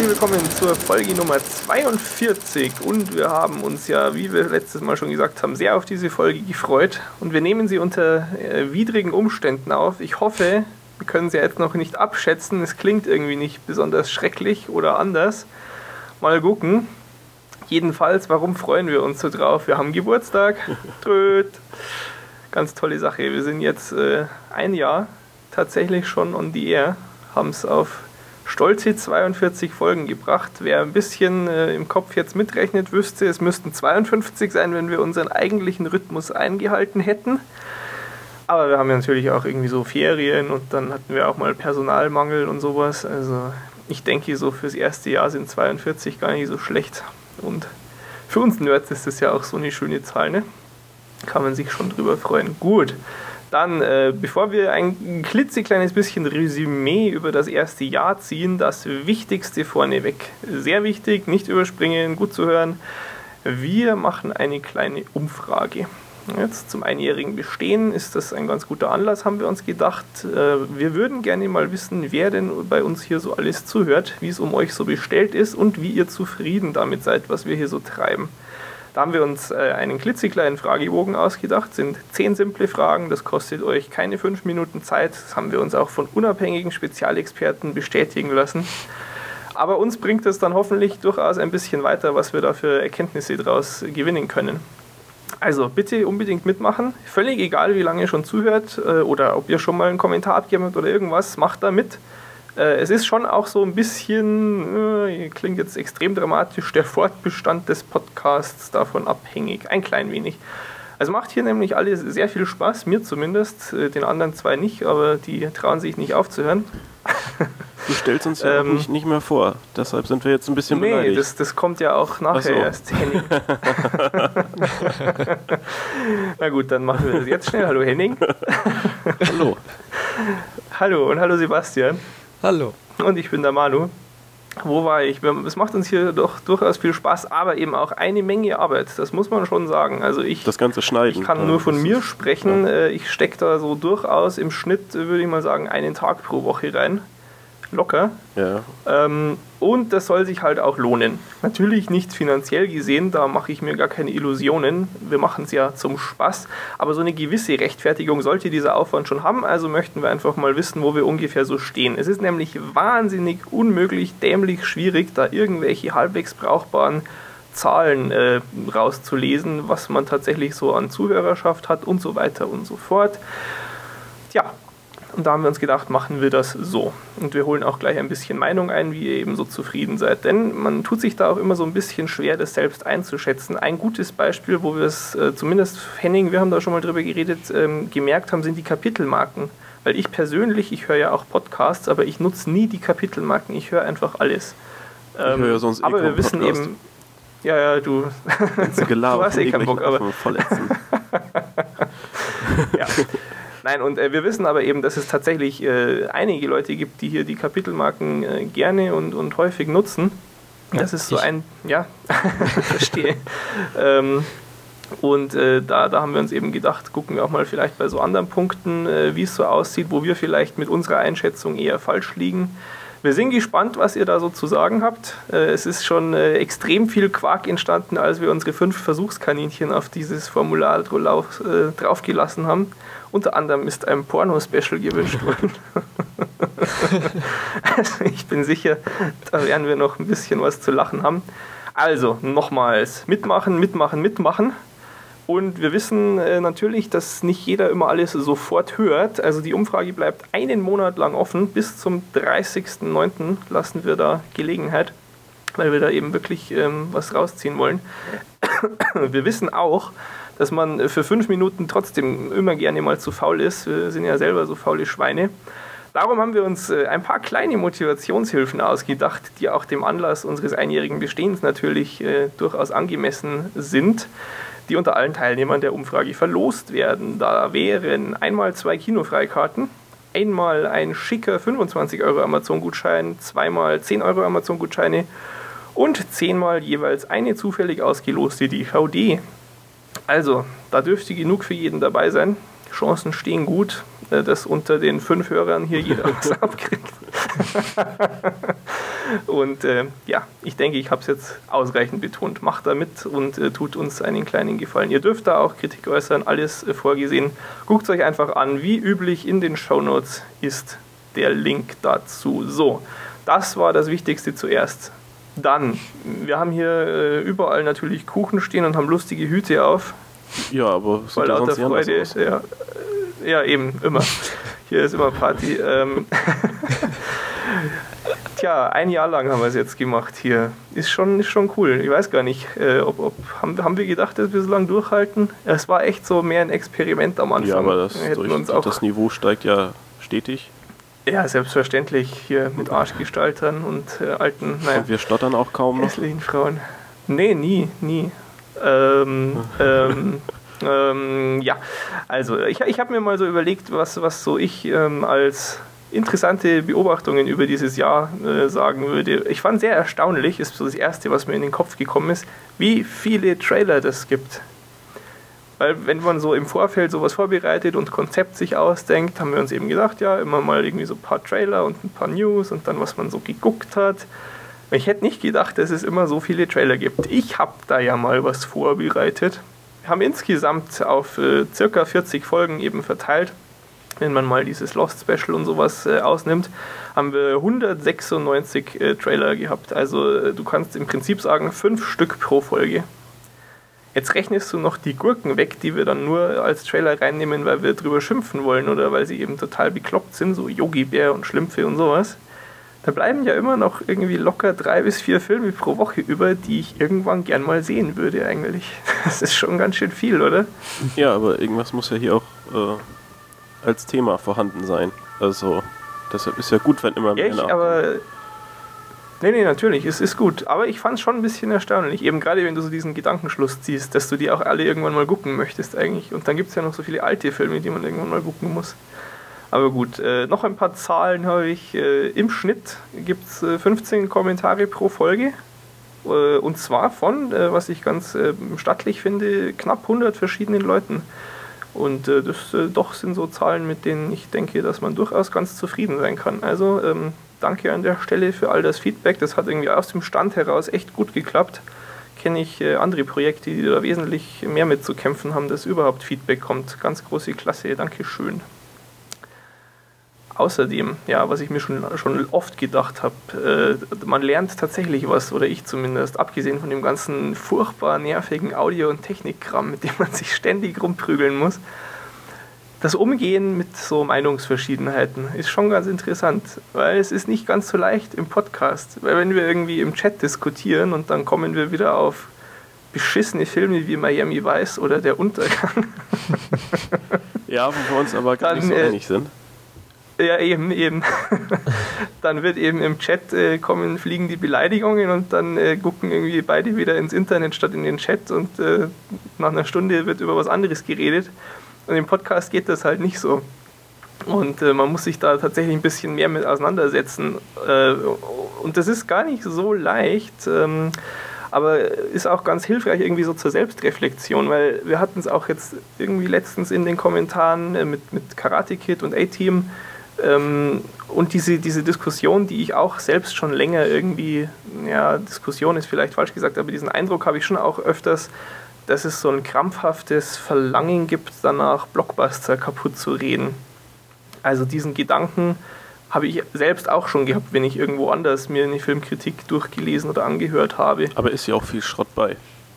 willkommen zur Folge Nummer 42 und wir haben uns ja, wie wir letztes Mal schon gesagt haben, sehr auf diese Folge gefreut und wir nehmen sie unter widrigen Umständen auf. Ich hoffe, wir können sie jetzt noch nicht abschätzen, es klingt irgendwie nicht besonders schrecklich oder anders. Mal gucken. Jedenfalls, warum freuen wir uns so drauf? Wir haben Geburtstag. Tröd. Ganz tolle Sache. Wir sind jetzt ein Jahr tatsächlich schon on the air, haben es auf stolze 42 Folgen gebracht. Wer ein bisschen im Kopf jetzt mitrechnet, wüsste, es müssten 52 sein, wenn wir unseren eigentlichen Rhythmus eingehalten hätten. Aber wir haben ja natürlich auch irgendwie so Ferien und dann hatten wir auch mal Personalmangel und sowas. Also ich denke, so fürs erste Jahr sind 42 gar nicht so schlecht. Und für uns Nerds ist das ja auch so eine schöne Zahl, ne? Kann man sich schon drüber freuen. Gut. Dann, bevor wir ein klitzekleines bisschen Resümee über das erste Jahr ziehen, das Wichtigste vorneweg. Sehr wichtig, nicht überspringen, gut zu hören. Wir machen eine kleine Umfrage. Jetzt zum einjährigen Bestehen ist das ein ganz guter Anlass, haben wir uns gedacht. Wir würden gerne mal wissen, wer denn bei uns hier so alles zuhört, wie es um euch so bestellt ist und wie ihr zufrieden damit seid, was wir hier so treiben. Da haben wir uns einen klitzekleinen Fragebogen ausgedacht, sind 10 simple Fragen, das kostet euch keine 5 Minuten Zeit, das haben wir uns auch von unabhängigen Spezialexperten bestätigen lassen. Aber uns bringt es dann hoffentlich durchaus ein bisschen weiter, was wir da für Erkenntnisse daraus gewinnen können. Also bitte unbedingt mitmachen, völlig egal wie lange ihr schon zuhört oder ob ihr schon mal einen Kommentar abgegeben habt oder irgendwas, macht da mit. Es ist schon auch so ein bisschen, klingt jetzt extrem dramatisch, der Fortbestand des Podcasts davon abhängig, ein klein wenig. Also macht hier nämlich alles sehr viel Spaß, mir zumindest, den anderen 2 nicht, aber die trauen sich nicht aufzuhören. Du stellst uns ja auch nicht mehr vor, deshalb sind wir jetzt ein bisschen beleidigt. Nee, das kommt ja auch nachher erst, Henning. Na gut, dann machen wir das jetzt schnell. Hallo Henning. Hallo. Hallo und hallo Sebastian. Hallo. Und ich bin der Manu. Wo war ich? Es macht uns hier doch durchaus viel Spaß, aber eben auch eine Menge Arbeit. Das muss man schon sagen. Also das ganze Schneiden. Ich kann nur von mir sprechen. Ja. Ich stecke da so durchaus im Schnitt, würde ich mal sagen, einen Tag pro Woche rein. Locker. Ja. Und das soll sich halt auch lohnen. Natürlich nicht finanziell gesehen, da mache ich mir gar keine Illusionen. Wir machen es ja zum Spaß. Aber so eine gewisse Rechtfertigung sollte dieser Aufwand schon haben. Also möchten wir einfach mal wissen, wo wir ungefähr so stehen. Es ist nämlich wahnsinnig unmöglich, dämlich schwierig, da irgendwelche halbwegs brauchbaren Zahlen rauszulesen, was man tatsächlich so an Zuhörerschaft hat und so weiter und so fort. Tja. Und da haben wir uns gedacht, machen wir das so. Und wir holen auch gleich ein bisschen Meinung ein, wie ihr eben so zufrieden seid. Denn man tut sich da auch immer so ein bisschen schwer, das selbst einzuschätzen. Ein gutes Beispiel, wo wir es, zumindest Henning, wir haben da schon mal drüber geredet, gemerkt haben, sind die Kapitelmarken. Weil ich persönlich, ich höre ja auch Podcasts, aber ich nutze nie die Kapitelmarken. Ich höre einfach alles. Ich höre ja sonst aber wir wissen Podcast. Eben, ja, du hast eh keinen Bock, aber ja. Nein, und wir wissen aber eben, dass es tatsächlich einige Leute gibt, die hier die Kapitelmarken gerne und häufig nutzen. Das ist so ein, ja, verstehe. Und da haben wir uns eben gedacht, gucken wir auch mal vielleicht bei so anderen Punkten, wie es so aussieht, wo wir vielleicht mit unserer Einschätzung eher falsch liegen. Wir sind gespannt, was ihr da so zu sagen habt. Es ist schon extrem viel Quark entstanden, als wir unsere 5 Versuchskaninchen auf dieses Formular draufgelassen haben. Unter anderem ist ein Porno-Special gewünscht worden. Also ich bin sicher, da werden wir noch ein bisschen was zu lachen haben. Also nochmals, mitmachen. Und wir wissen natürlich, dass nicht jeder immer alles sofort hört. Also die Umfrage bleibt einen Monat lang offen. Bis zum 30.09. lassen wir da Gelegenheit, weil wir da eben wirklich was rausziehen wollen. Wir wissen auch, dass man für 5 Minuten trotzdem immer gerne mal zu faul ist. Wir sind ja selber so faule Schweine. Darum haben wir uns ein paar kleine Motivationshilfen ausgedacht, die auch dem Anlass unseres einjährigen Bestehens natürlich durchaus angemessen sind, die unter allen Teilnehmern der Umfrage verlost werden. Da wären einmal 2 Kinofreikarten, einmal ein schicker 25 € Amazon-Gutschein, zweimal 10 € Amazon-Gutscheine und 10-mal jeweils eine zufällig ausgeloste DVD. Also, da dürfte genug für jeden dabei sein. Chancen stehen gut, dass unter den 5 Hörern hier jeder was abkriegt. Und ja, ich denke, ich habe es jetzt ausreichend betont. Macht da mit und tut uns einen kleinen Gefallen. Ihr dürft da auch Kritik äußern, alles vorgesehen. Guckt es euch einfach an. Wie üblich in den Shownotes ist der Link dazu. So, das war das Wichtigste zuerst. Dann, wir haben hier überall natürlich Kuchen stehen und haben lustige Hüte auf. Ja, aber so lauter Freude ist. Ja, eben, immer. Hier ist immer Party. Tja, ein Jahr lang haben wir es jetzt gemacht hier. Ist schon cool. Ich weiß gar nicht, haben wir gedacht, dass wir so lange durchhalten? Es war echt so mehr ein Experiment am Anfang. Ja, aber das Niveau steigt ja stetig. Ja, selbstverständlich. Hier mit Arschgestaltern und alten, Und wir stottern auch kaum noch. Hässlichen Frauen. Nee, nie. Ja, also ich habe mir mal so überlegt, was so ich als interessante Beobachtungen über dieses Jahr sagen würde. Ich fand sehr erstaunlich, ist so das Erste, was mir in den Kopf gekommen ist, wie viele Trailer das gibt. Weil wenn man so im Vorfeld sowas vorbereitet und Konzept sich ausdenkt, haben wir uns eben gedacht, ja, immer mal irgendwie so ein paar Trailer und ein paar News und dann, was man so geguckt hat. Ich hätte nicht gedacht, dass es immer so viele Trailer gibt. Ich habe da ja mal was vorbereitet. Wir haben insgesamt auf circa 40 Folgen eben verteilt, wenn man mal dieses Lost Special und sowas ausnimmt, haben wir 196 Trailer gehabt. Also du kannst im Prinzip sagen, 5 Stück pro Folge. Jetzt rechnest du noch die Gurken weg, die wir dann nur als Trailer reinnehmen, weil wir drüber schimpfen wollen oder weil sie eben total bekloppt sind, so Yogi Bär und Schlümpfe und sowas. Da bleiben ja immer noch irgendwie locker 3 bis 4 Filme pro Woche über, die ich irgendwann gern mal sehen würde eigentlich. Das ist schon ganz schön viel, oder? Ja, aber irgendwas muss ja hier auch als Thema vorhanden sein. Also, deshalb ist ja gut, wenn immer mehr Nee, natürlich, es ist gut. Aber ich fand es schon ein bisschen erstaunlich. Eben gerade, wenn du so diesen Gedankenschluss ziehst, dass du die auch alle irgendwann mal gucken möchtest eigentlich. Und dann gibt es ja noch so viele alte Filme, die man irgendwann mal gucken muss. Aber gut, noch ein paar Zahlen habe ich. Im Schnitt gibt es 15 Kommentare pro Folge. Und zwar von, was ich ganz stattlich finde, knapp 100 verschiedenen Leuten. Und das doch sind so Zahlen, mit denen ich denke, dass man durchaus ganz zufrieden sein kann. Also danke an der Stelle für all das Feedback. Das hat irgendwie aus dem Stand heraus echt gut geklappt. Kenne ich andere Projekte, die da wesentlich mehr mit zu kämpfen haben, dass überhaupt Feedback kommt. Ganz große Klasse, Dankeschön. Außerdem, ja, was ich mir schon oft gedacht habe, man lernt tatsächlich was, oder ich zumindest, abgesehen von dem ganzen furchtbar nervigen Audio- und Technikkram, mit dem man sich ständig rumprügeln muss. Das Umgehen mit so Meinungsverschiedenheiten ist schon ganz interessant, weil es ist nicht ganz so leicht im Podcast. Weil wenn wir irgendwie im Chat diskutieren und dann kommen wir wieder auf beschissene Filme wie Miami Vice oder Der Untergang. Ja, wo wir uns aber gar nicht so einig sind. Ja, eben. Dann wird eben im Chat fliegen die Beleidigungen und dann gucken irgendwie beide wieder ins Internet statt in den Chat und nach einer Stunde wird über was anderes geredet. Und im Podcast geht das halt nicht so. Und man muss sich da tatsächlich ein bisschen mehr mit auseinandersetzen. Und das ist gar nicht so leicht, aber ist auch ganz hilfreich irgendwie so zur Selbstreflexion, weil wir hatten es auch jetzt irgendwie letztens in den Kommentaren mit Karate Kid und A-Team. Und diese Diskussion, die ich auch selbst schon länger irgendwie, ja, Diskussion ist vielleicht falsch gesagt, aber diesen Eindruck habe ich schon auch öfters, dass es so ein krampfhaftes Verlangen gibt, danach Blockbuster kaputt zu reden. Also diesen Gedanken habe ich selbst auch schon gehabt, wenn ich irgendwo anders mir eine Filmkritik durchgelesen oder angehört habe. Aber ist ja auch viel Schrott bei.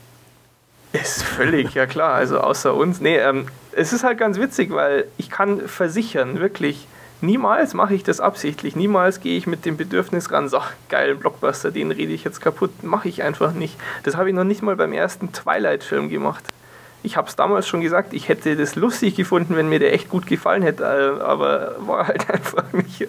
Ist völlig, ja klar, also außer uns. Nee, es ist halt ganz witzig, weil ich kann versichern, wirklich, niemals mache ich das absichtlich, niemals gehe ich mit dem Bedürfnis ran, so, geil, Blockbuster, den rede ich jetzt kaputt, mache ich einfach nicht. Das habe ich noch nicht mal beim ersten Twilight-Film gemacht. Ich habe es damals schon gesagt, ich hätte das lustig gefunden, wenn mir der echt gut gefallen hätte, aber war halt einfach nicht.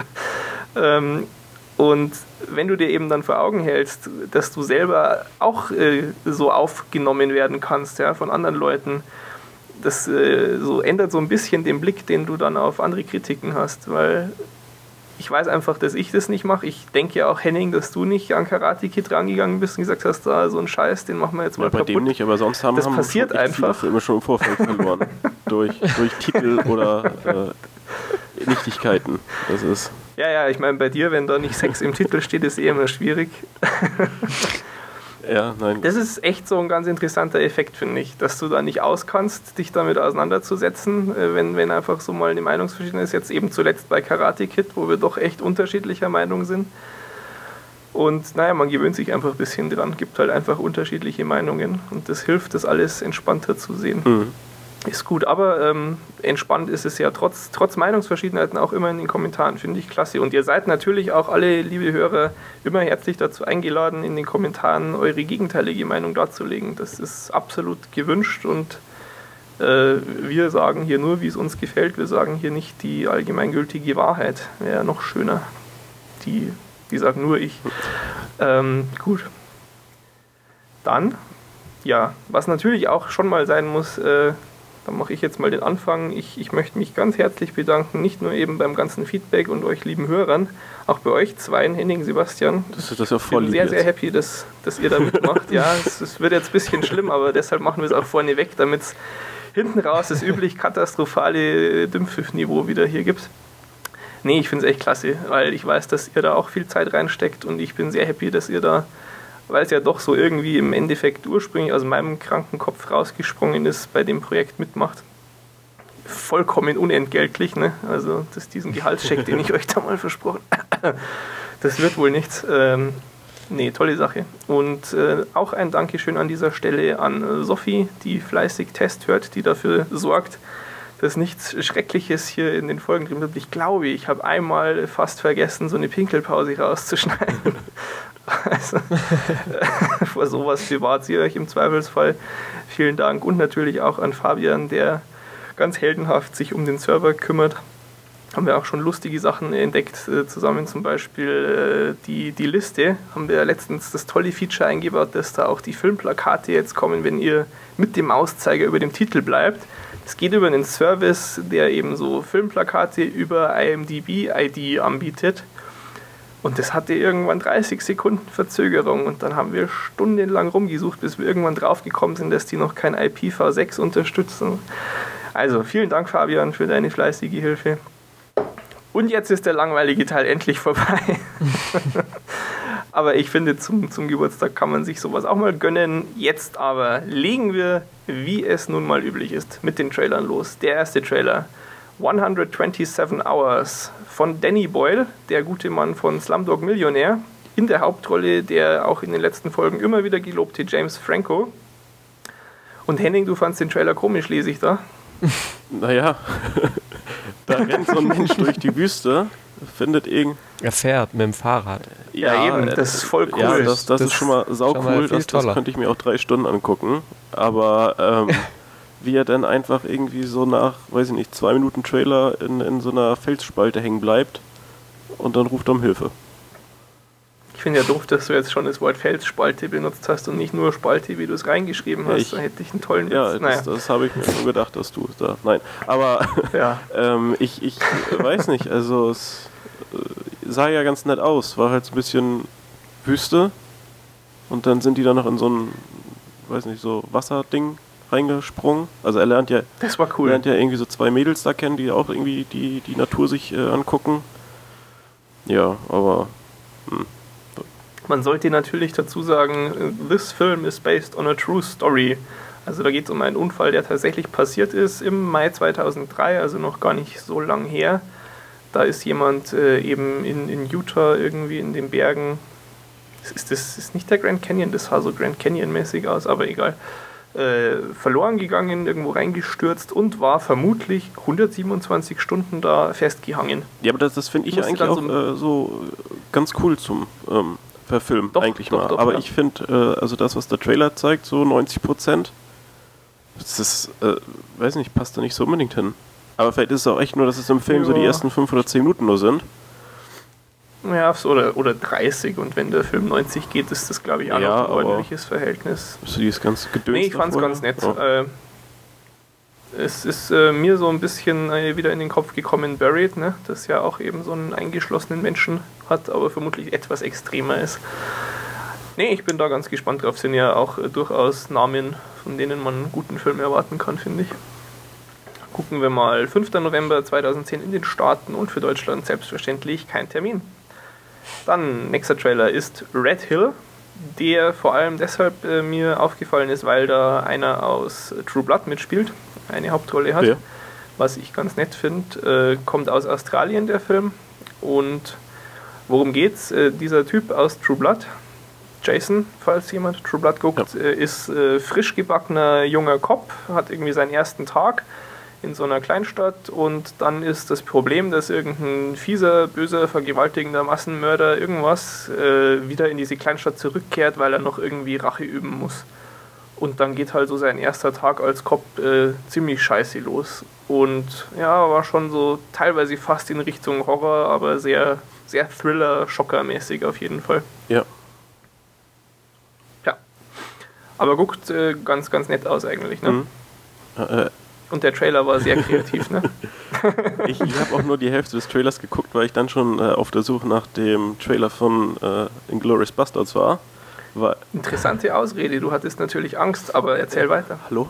Und wenn du dir eben dann vor Augen hältst, dass du selber auch so aufgenommen werden kannst, ja, von anderen Leuten, das so ändert so ein bisschen den Blick, den du dann auf andere Kritiken hast, weil ich weiß einfach, dass ich das nicht mache. Ich denke ja auch, Henning, dass du nicht an Karate Kid rangegangen bist und gesagt hast, da so ein Scheiß, den machen wir jetzt mal kaputt. Bei dem nicht, aber sonst haben wir viele Filme schon im Vorfeld verloren. durch Titel oder Nichtigkeiten. Das ist... Ja, ich meine, bei dir, wenn da nicht Sex im Titel steht, ist immer schwierig. Ja, nein. Das ist echt so ein ganz interessanter Effekt, finde ich, dass du da nicht auskannst, dich damit auseinanderzusetzen, wenn einfach so mal eine Meinungsverschiedenheit ist. Jetzt eben zuletzt bei Karate Kid, wo wir doch echt unterschiedlicher Meinung sind. Und naja, man gewöhnt sich einfach ein bisschen dran, gibt halt einfach unterschiedliche Meinungen und das hilft, das alles entspannter zu sehen. Mhm. Ist gut, aber entspannt ist es ja trotz Meinungsverschiedenheiten auch immer in den Kommentaren, finde ich klasse. Und ihr seid natürlich auch alle, liebe Hörer, immer herzlich dazu eingeladen, in den Kommentaren eure gegenteilige Meinung darzulegen. Das ist absolut gewünscht und wir sagen hier nur, wie es uns gefällt. Wir sagen hier nicht die allgemeingültige Wahrheit. Wäre noch schöner. Die sagt nur ich. Gut. Dann, ja, was natürlich auch schon mal sein muss, dann mache ich jetzt mal den Anfang. Ich möchte mich ganz herzlich bedanken, nicht nur eben beim ganzen Feedback und euch lieben Hörern, auch bei euch zweien, Henning, Sebastian. Das ist ja voll lieb. Ich bin sehr happy, dass ihr da mitmacht. Ja, es wird jetzt ein bisschen schlimm, aber deshalb machen wir es auch vorne weg, damit es hinten raus das üblich katastrophale Dümpfiff-Niveau wieder hier gibt. Nee, ich finde es echt klasse, weil ich weiß, dass ihr da auch viel Zeit reinsteckt und ich bin sehr happy, dass ihr da, weil es ja doch so irgendwie im Endeffekt ursprünglich aus meinem kranken Kopf rausgesprungen ist, bei dem Projekt mitmacht. Vollkommen unentgeltlich, ne? Also diesen Gehaltscheck, den ich euch da mal versprochen habe, das wird wohl nichts. Nee, tolle Sache. Und auch ein Dankeschön an dieser Stelle an Sophie, die fleißig Test hört, die dafür sorgt, dass nichts Schreckliches hier in den Folgen drin bleibt. Ich glaube, ich habe einmal fast vergessen, so eine Pinkelpause rauszuschneiden. Also, vor sowas bewahrt sie euch im Zweifelsfall. Vielen Dank und natürlich auch an Fabian, der ganz heldenhaft sich um den Server kümmert. Haben wir auch schon lustige Sachen entdeckt, zusammen zum Beispiel die Liste. Haben wir letztens das tolle Feature eingebaut, dass da auch die Filmplakate jetzt kommen, wenn ihr mit dem Mauszeiger über dem Titel bleibt. Es geht über einen Service, der eben so Filmplakate über IMDb-ID anbietet. Und das hatte irgendwann 30 Sekunden Verzögerung und dann haben wir stundenlang rumgesucht, bis wir irgendwann draufgekommen sind, dass die noch kein IPv6 unterstützen. Also vielen Dank, Fabian, für deine fleißige Hilfe. Und jetzt ist der langweilige Teil endlich vorbei. Aber ich finde, zum Geburtstag kann man sich sowas auch mal gönnen. Jetzt aber legen wir, wie es nun mal üblich ist, mit den Trailern los. Der erste Trailer, 127 Hours von Danny Boyle, der gute Mann von Slumdog Millionaire. In der Hauptrolle der auch in den letzten Folgen immer wieder gelobte James Franco. Und Henning, du fandst den Trailer komisch, lese ich da. Naja, da rennt so ein Mensch durch die Wüste, findet Er fährt mit dem Fahrrad. Ja, eben, das ist voll cool. Ja, das ist schon mal saucool, das könnte ich mir auch 3 Stunden angucken. Aber wie er dann einfach irgendwie so nach, weiß ich nicht, 2 Minuten Trailer in so einer Felsspalte hängen bleibt und dann ruft er um Hilfe. Ich finde ja doof, dass du jetzt schon das Wort Felsspalte benutzt hast und nicht nur Spalte, wie du es reingeschrieben hast. Da hätte ich einen tollen Witz. Ja, das habe ich mir schon gedacht, dass du es da... Nein, aber ja. Ich weiß nicht, also es sah ja ganz nett aus. War halt so ein bisschen Wüste und dann sind die da noch in so ein, weiß nicht, so Wasserding reingesprungen. Also er lernt ja... Das war cool. Lernt ja irgendwie so 2 Mädels da kennen, die auch irgendwie die Natur sich angucken. Ja, aber... Man sollte natürlich dazu sagen, this film is based on a true story. Also da geht es um einen Unfall, der tatsächlich passiert ist im Mai 2003, also noch gar nicht so lang her. Da ist jemand eben in Utah irgendwie in den Bergen. Das ist nicht der Grand Canyon, das sah so Grand Canyon-mäßig aus, aber egal. Verloren gegangen, irgendwo reingestürzt und war vermutlich 127 Stunden da festgehangen. Ja, aber das finde ich eigentlich auch so ganz cool zum Verfilmen, eigentlich mal. Aber ja. Ich finde, also das, was der Trailer zeigt, so 90%, das ist, weiß nicht, passt da nicht so unbedingt hin. Aber vielleicht ist es auch echt nur, dass es im Film so die ersten 5 oder 10 Minuten nur sind. Ja, oder 30 und wenn der Film 90 geht, ist das, glaube ich, auch noch ein ordentliches Verhältnis. Hast du dieses ganze Gedöns? Nee, ich fand's ganz nett. Ja. Es ist mir so ein bisschen wieder in den Kopf gekommen, Buried, ne? Das ja auch eben so einen eingeschlossenen Menschen hat, aber vermutlich etwas extremer ist. Nee, ich bin da ganz gespannt drauf. Sind ja auch durchaus Namen, von denen man einen guten Film erwarten kann, finde ich. Gucken wir mal. 5. November 2010 in den Staaten und für Deutschland selbstverständlich kein Termin. Dann, nächster Trailer ist Red Hill, der vor allem deshalb mir aufgefallen ist, weil da einer aus True Blood mitspielt, eine Hauptrolle hat, was ich ganz nett finde. Kommt aus Australien, der Film. Und worum geht's? Dieser Typ aus True Blood, Jason, falls jemand True Blood guckt, ist frisch gebackener junger Cop, hat irgendwie seinen ersten Tag in so einer Kleinstadt und dann ist das Problem, dass irgendein fieser, böser, vergewaltigender Massenmörder irgendwas wieder in diese Kleinstadt zurückkehrt, weil er noch irgendwie Rache üben muss. Und dann geht halt so sein erster Tag als Cop ziemlich scheiße los. Und ja, war schon so teilweise fast in Richtung Horror, aber sehr, sehr Thriller-Schocker-mäßig auf jeden Fall. Ja. Ja. Aber guckt ganz, ganz nett aus eigentlich, ne? Mhm. Und der Trailer war sehr kreativ, ne? Ich habe auch nur die Hälfte des Trailers geguckt, weil ich dann schon auf der Suche nach dem Trailer von Inglourious Basterds war. Interessante Ausrede, du hattest natürlich Angst, aber erzähl weiter. Hallo?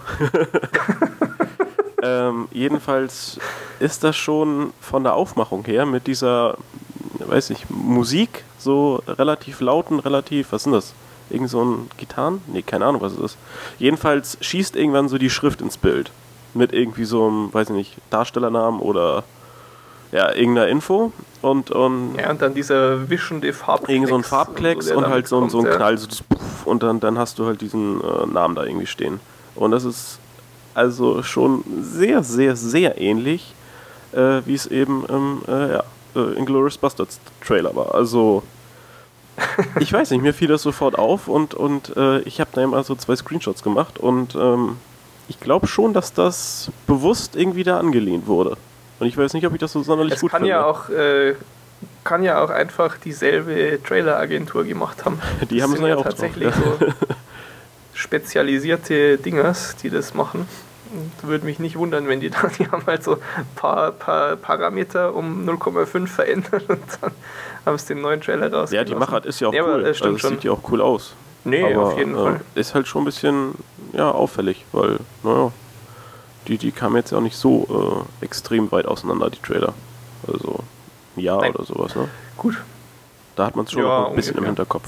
Jedenfalls ist das schon von der Aufmachung her mit dieser, weiß ich, Musik, so relativ lauten, was ist denn das? Irgend so ein Gitarren? Nee, keine Ahnung, was es ist. Jedenfalls schießt irgendwann so die Schrift ins Bild. Mit irgendwie so einem, weiß ich nicht, Darstellernamen oder ja, irgendeiner Info. Und ja, und dann dieser wischende Farbklecks. Irgend so ein Farbklecks und halt so ein Knall, so das Puff, und dann hast du halt diesen Namen da irgendwie stehen. Und das ist also schon sehr, sehr, sehr ähnlich, wie es eben im Inglourious Basterds Trailer war. Also ich weiß nicht, mir fiel das sofort auf und ich habe da immer so 2 Screenshots gemacht und ich glaube schon, dass das bewusst irgendwie da angelehnt wurde. Und ich weiß nicht, ob ich das so sonderlich gut finde. Kann ja auch einfach dieselbe Traileragentur gemacht haben. Die haben es ja auch tatsächlich drauf, ja. So spezialisierte Dingers, die das machen. Und würde mich nicht wundern, wenn die haben halt so ein paar Parameter um 0,5 verändert und dann haben es den neuen Trailer rausgelassen. Ja, die Machart ist ja auch cool. Das sieht ja auch cool aus. Nee, aber, auf jeden Fall. Ist halt schon ein bisschen auffällig, weil, naja, die kamen jetzt ja auch nicht so extrem weit auseinander, die Trailer. Also ein Jahr oder sowas, ne? Gut. Da hat man es schon noch ein bisschen im Hinterkopf.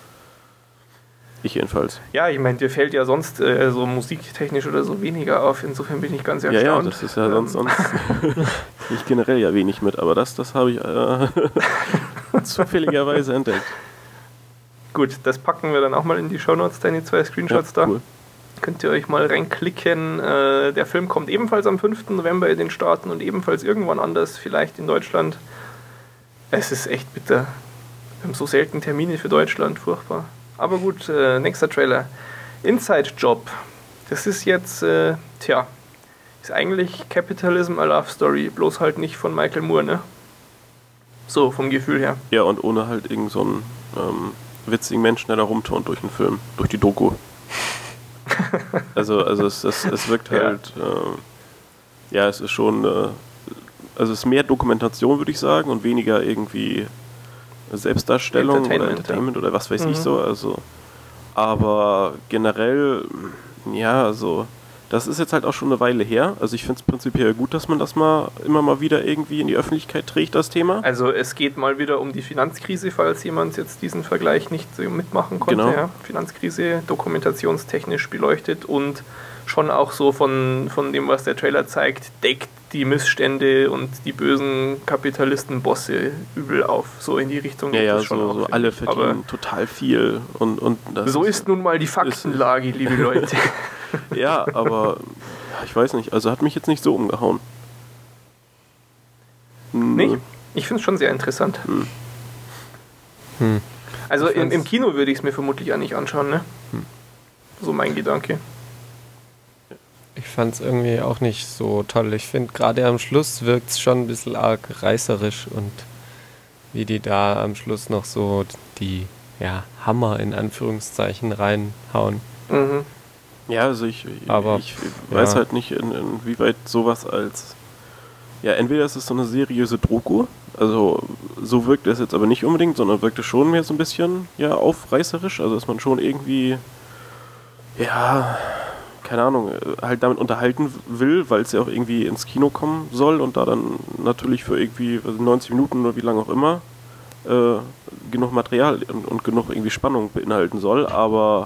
Ich jedenfalls. Ja, ich meine, dir fällt ja sonst so musiktechnisch oder so weniger auf. Insofern bin ich ganz erstaunt. Ja, das ist ja sonst nicht generell ja wenig mit, aber das habe ich zufälligerweise entdeckt. Gut, das packen wir dann auch mal in die Shownotes, deine 2 Screenshots da. Cool. Könnt ihr euch mal reinklicken. Der Film kommt ebenfalls am 5. November in den Staaten und ebenfalls irgendwann anders, vielleicht in Deutschland. Es ist echt bitter. Wir haben so selten Termine für Deutschland, furchtbar. Aber gut, nächster Trailer. Inside Job. Das ist jetzt, ist eigentlich Capitalism a Love Story, bloß halt nicht von Michael Moore, ne? So, vom Gefühl her. Ja, und ohne halt irgend so einen witzigen Menschen, der da rumturnt durch den Film, durch die Doku. Also es wirkt halt, es ist schon, also es ist mehr Dokumentation, würde ich sagen, und weniger irgendwie Selbstdarstellung oder Entertainment oder was weiß ich so, also, aber generell, ja, also, das ist jetzt halt auch schon eine Weile her, also ich finde es prinzipiell gut, dass man das immer mal wieder irgendwie in die Öffentlichkeit trägt, das Thema. Also es geht mal wieder um die Finanzkrise, falls jemand jetzt diesen Vergleich nicht so mitmachen konnte. Genau. Ja. Finanzkrise, dokumentationstechnisch beleuchtet und schon auch so von dem, was der Trailer zeigt, deckt die Missstände und die bösen Kapitalistenbosse übel auf, so in die Richtung. Ja, so alle verdienen total viel und das so ist nun mal die Faktenlage, liebe Leute. Ja, aber ich weiß nicht, also hat mich jetzt nicht so umgehauen. Nee, ich finde es schon sehr interessant. Also im Kino würde ich es mir vermutlich auch nicht anschauen, ne? So mein Gedanke. Ich fand es irgendwie auch nicht so toll. Ich finde, gerade am Schluss wirkt es schon ein bisschen arg reißerisch und wie die da am Schluss noch so die Hammer in Anführungszeichen reinhauen. Mhm. Ja, also ich weiß halt nicht, inwieweit sowas als, entweder ist es so eine seriöse Doku, also so wirkt es jetzt aber nicht unbedingt, sondern wirkt es schon mehr so ein bisschen, aufreißerisch, also dass man schon irgendwie, keine Ahnung, halt damit unterhalten will, weil es ja auch irgendwie ins Kino kommen soll und da dann natürlich für irgendwie 90 Minuten oder wie lange auch immer genug Material und genug irgendwie Spannung beinhalten soll, aber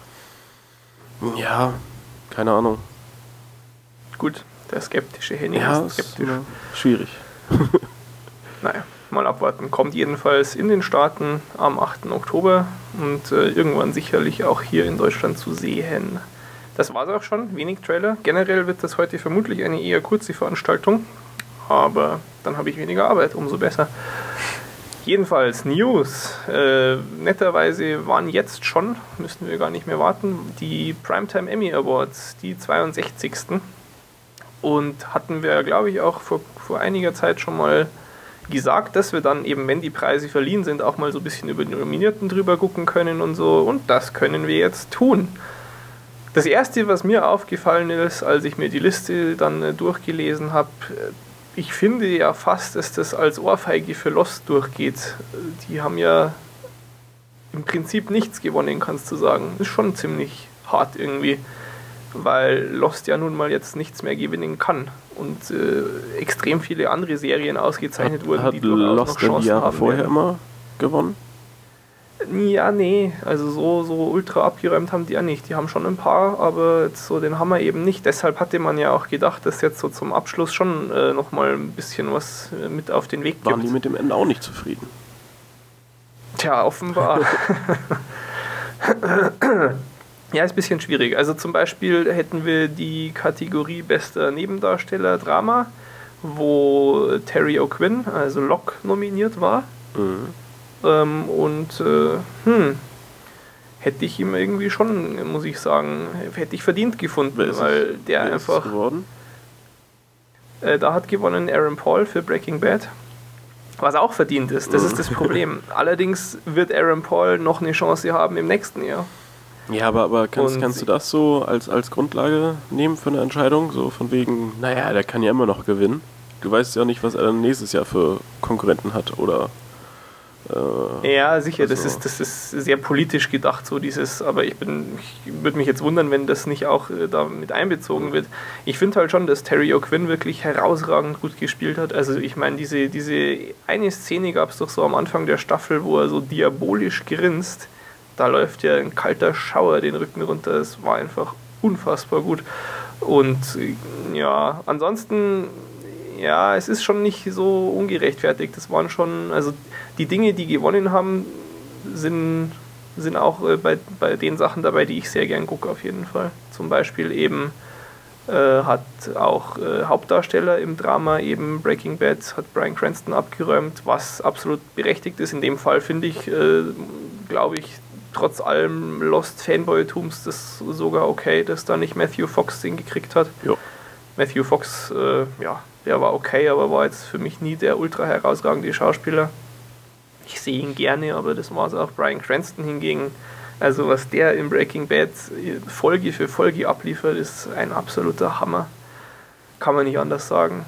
ja, keine Ahnung. Gut, der skeptische Henning ist skeptisch. Schwierig. Naja, mal abwarten. Kommt jedenfalls in den Staaten am 8. Oktober und irgendwann sicherlich auch hier in Deutschland zu sehen. Das war's auch schon, wenig Trailer. Generell wird das heute vermutlich eine eher kurze Veranstaltung, aber dann habe ich weniger Arbeit, umso besser. Jedenfalls News. Netterweise waren jetzt schon, müssen wir gar nicht mehr warten, die Primetime Emmy Awards, die 62. Und hatten wir, glaube ich, auch vor einiger Zeit schon mal gesagt, dass wir dann eben, wenn die Preise verliehen sind, auch mal so ein bisschen über die Nominierten drüber gucken können und so. Und das können wir jetzt tun. Das Erste, was mir aufgefallen ist, als ich mir die Liste dann durchgelesen habe, ich finde ja fast, dass das als Ohrfeige für Lost durchgeht. Die haben ja im Prinzip nichts gewonnen, kannst du sagen. Ist schon ziemlich hart irgendwie, weil Lost ja nun mal jetzt nichts mehr gewinnen kann und extrem viele andere Serien ausgezeichnet wurden, die durchaus Lost noch Chancen die Jahre haben vorher werden. immer gewonnen? Ja, nee, also so ultra abgeräumt haben die ja nicht. Die haben schon ein paar, aber jetzt so den Hammer eben nicht. Deshalb hatte man ja auch gedacht, dass jetzt so zum Abschluss schon nochmal ein bisschen was mit auf den Weg gibt. Waren die mit dem Ende auch nicht zufrieden? Tja, offenbar. Ja, ist ein bisschen schwierig. Also zum Beispiel hätten wir die Kategorie bester Nebendarsteller Drama, wo Terry O'Quinn, also Locke, nominiert war. Mhm. Hätte ich ihm irgendwie schon, muss ich sagen, hätte ich verdient gefunden, weil der einfach... geworden? Da hat gewonnen Aaron Paul für Breaking Bad, was auch verdient ist, das ist das Problem. Allerdings wird Aaron Paul noch eine Chance haben im nächsten Jahr. Ja, aber kannst du das so als Grundlage nehmen für eine Entscheidung? So von wegen, naja, der kann ja immer noch gewinnen. Du weißt ja nicht, was er dann nächstes Jahr für Konkurrenten hat, oder... Ja, sicher, also. Das ist sehr politisch gedacht, so dieses, aber ich würde mich jetzt wundern, wenn das nicht auch da mit einbezogen wird. Ich finde halt schon, dass Terry O'Quinn wirklich herausragend gut gespielt hat. Also ich meine, diese eine Szene gab es doch so am Anfang der Staffel, wo er so diabolisch grinst. Da läuft ja ein kalter Schauer den Rücken runter. Es war einfach unfassbar gut. Und ja, ansonsten... Ja, es ist schon nicht so ungerechtfertigt. Das waren schon, also die Dinge, die gewonnen haben, sind auch bei den Sachen dabei, die ich sehr gern gucke auf jeden Fall. Zum Beispiel eben hat auch Hauptdarsteller im Drama eben Breaking Bad, hat Bryan Cranston abgeräumt, was absolut berechtigt ist. In dem Fall finde ich, glaube ich, trotz allem Lost-Fanboy-Tums das sogar okay, dass da nicht Matthew Fox den gekriegt hat. Jo. Matthew Fox, der war okay, aber war jetzt für mich nie der ultra herausragende Schauspieler. Ich sehe ihn gerne, aber das war es auch. Bryan Cranston hingegen, also was der in Breaking Bad Folge für Folge abliefert, ist ein absoluter Hammer. Kann man nicht anders sagen.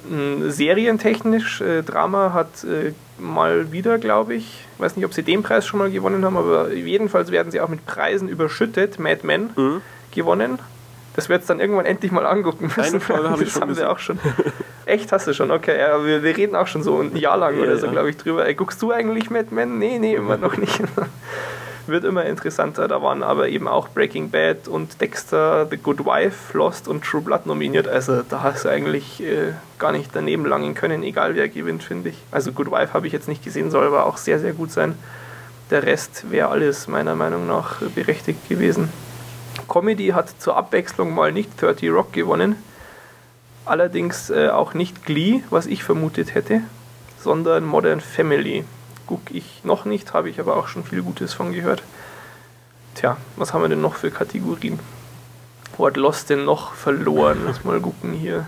Serientechnisch, Drama hat mal wieder, glaube ich, weiß nicht, ob sie den Preis schon mal gewonnen haben, aber jedenfalls werden sie auch mit Preisen überschüttet. Mad Men gewonnen. Das wird es dann irgendwann endlich mal angucken müssen. Eine Folge habe ich schon. Das haben wir auch schon. Echt, hast du schon? Okay, ja, wir reden auch schon so ein Jahr lang oder so, glaube ich, drüber. Ey, guckst du eigentlich Mad Men? Nee, immer noch nicht. Wird immer interessanter. Da waren aber eben auch Breaking Bad und Dexter, The Good Wife, Lost und True Blood nominiert. Also da hast du eigentlich gar nicht daneben langen können, egal wer gewinnt, finde ich. Also Good Wife habe ich jetzt nicht gesehen, soll aber auch sehr, sehr gut sein. Der Rest wäre alles meiner Meinung nach berechtigt gewesen. Comedy hat zur Abwechslung mal nicht 30 Rock gewonnen, allerdings auch nicht Glee, was ich vermutet hätte, sondern Modern Family. Gucke ich noch nicht, habe ich aber auch schon viel Gutes von gehört. Tja, was haben wir denn noch für Kategorien? Wo hat Lost denn noch verloren? Lass mal gucken hier.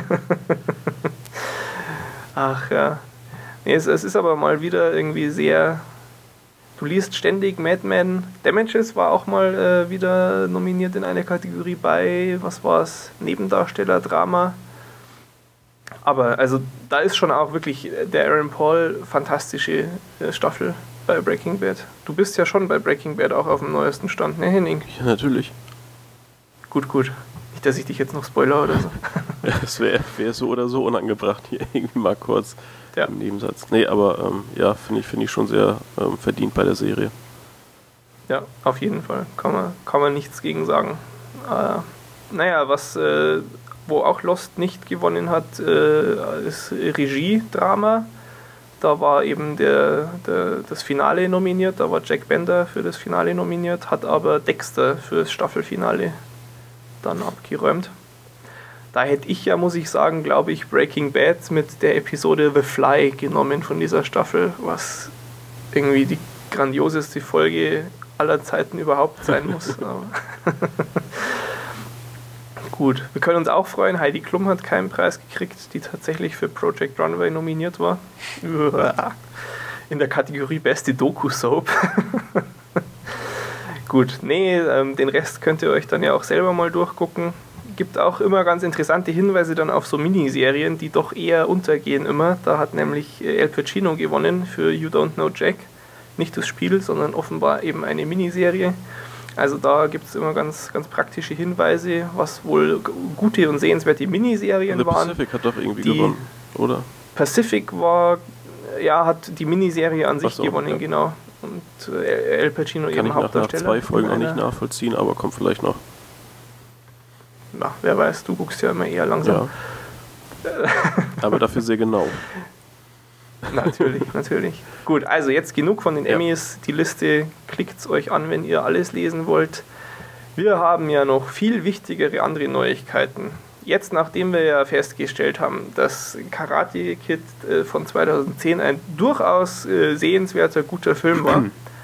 Ach ja. Nee, es ist aber mal wieder irgendwie sehr... Du liest ständig Mad Men. Damages war auch mal wieder nominiert in einer Kategorie bei, was war es, Nebendarsteller, Drama. Aber also da ist schon auch wirklich der Aaron Paul fantastische Staffel bei Breaking Bad. Du bist ja schon bei Breaking Bad auch auf dem neuesten Stand, ne Henning? Ja, natürlich. Gut. Nicht, dass ich dich jetzt noch spoiler oder so. Es wär so oder so unangebracht, hier irgendwie mal kurz im Nebensatz. Nee, aber finde ich schon sehr verdient bei der Serie. Ja, auf jeden Fall. Kann man nichts gegen sagen. Wo auch Lost nicht gewonnen hat, ist Regie-Drama. Da war eben das Finale nominiert, da war Jack Bender für das Finale nominiert, hat aber Dexter für das Staffelfinale dann abgeräumt. Da hätte ich ja, muss ich sagen, glaube ich, Breaking Bad mit der Episode The Fly genommen von dieser Staffel, was irgendwie die grandioseste Folge aller Zeiten überhaupt sein muss. Gut, wir können uns auch freuen, Heidi Klum hat keinen Preis gekriegt, die tatsächlich für Project Runway nominiert war. In der Kategorie Beste Doku-Soap. Gut, den Rest könnt ihr euch dann ja auch selber mal durchgucken. Gibt auch immer ganz interessante Hinweise dann auf so Miniserien, die doch eher untergehen immer. Da hat nämlich Al Pacino gewonnen für You Don't Know Jack. Nicht das Spiel, sondern offenbar eben eine Miniserie. Also da gibt es immer ganz, ganz praktische Hinweise, was wohl gute und sehenswerte Miniserien waren. Pacific hat doch irgendwie gewonnen, oder? Pacific hat die Miniserie an sich gewonnen, ja. Genau. Und Al Pacino eben Hauptdarsteller. Kann ich nach 2 Folgen noch nicht nachvollziehen, aber kommt vielleicht noch. Na, wer weiß, du guckst ja immer eher langsam. Ja. Aber dafür sehr genau. Natürlich. Gut, also jetzt genug von den Emmys. Die Liste klickt euch an, wenn ihr alles lesen wollt. Wir haben ja noch viel wichtigere andere Neuigkeiten. Jetzt, nachdem wir ja festgestellt haben, dass Karate Kid von 2010 ein durchaus sehenswerter, guter Film war,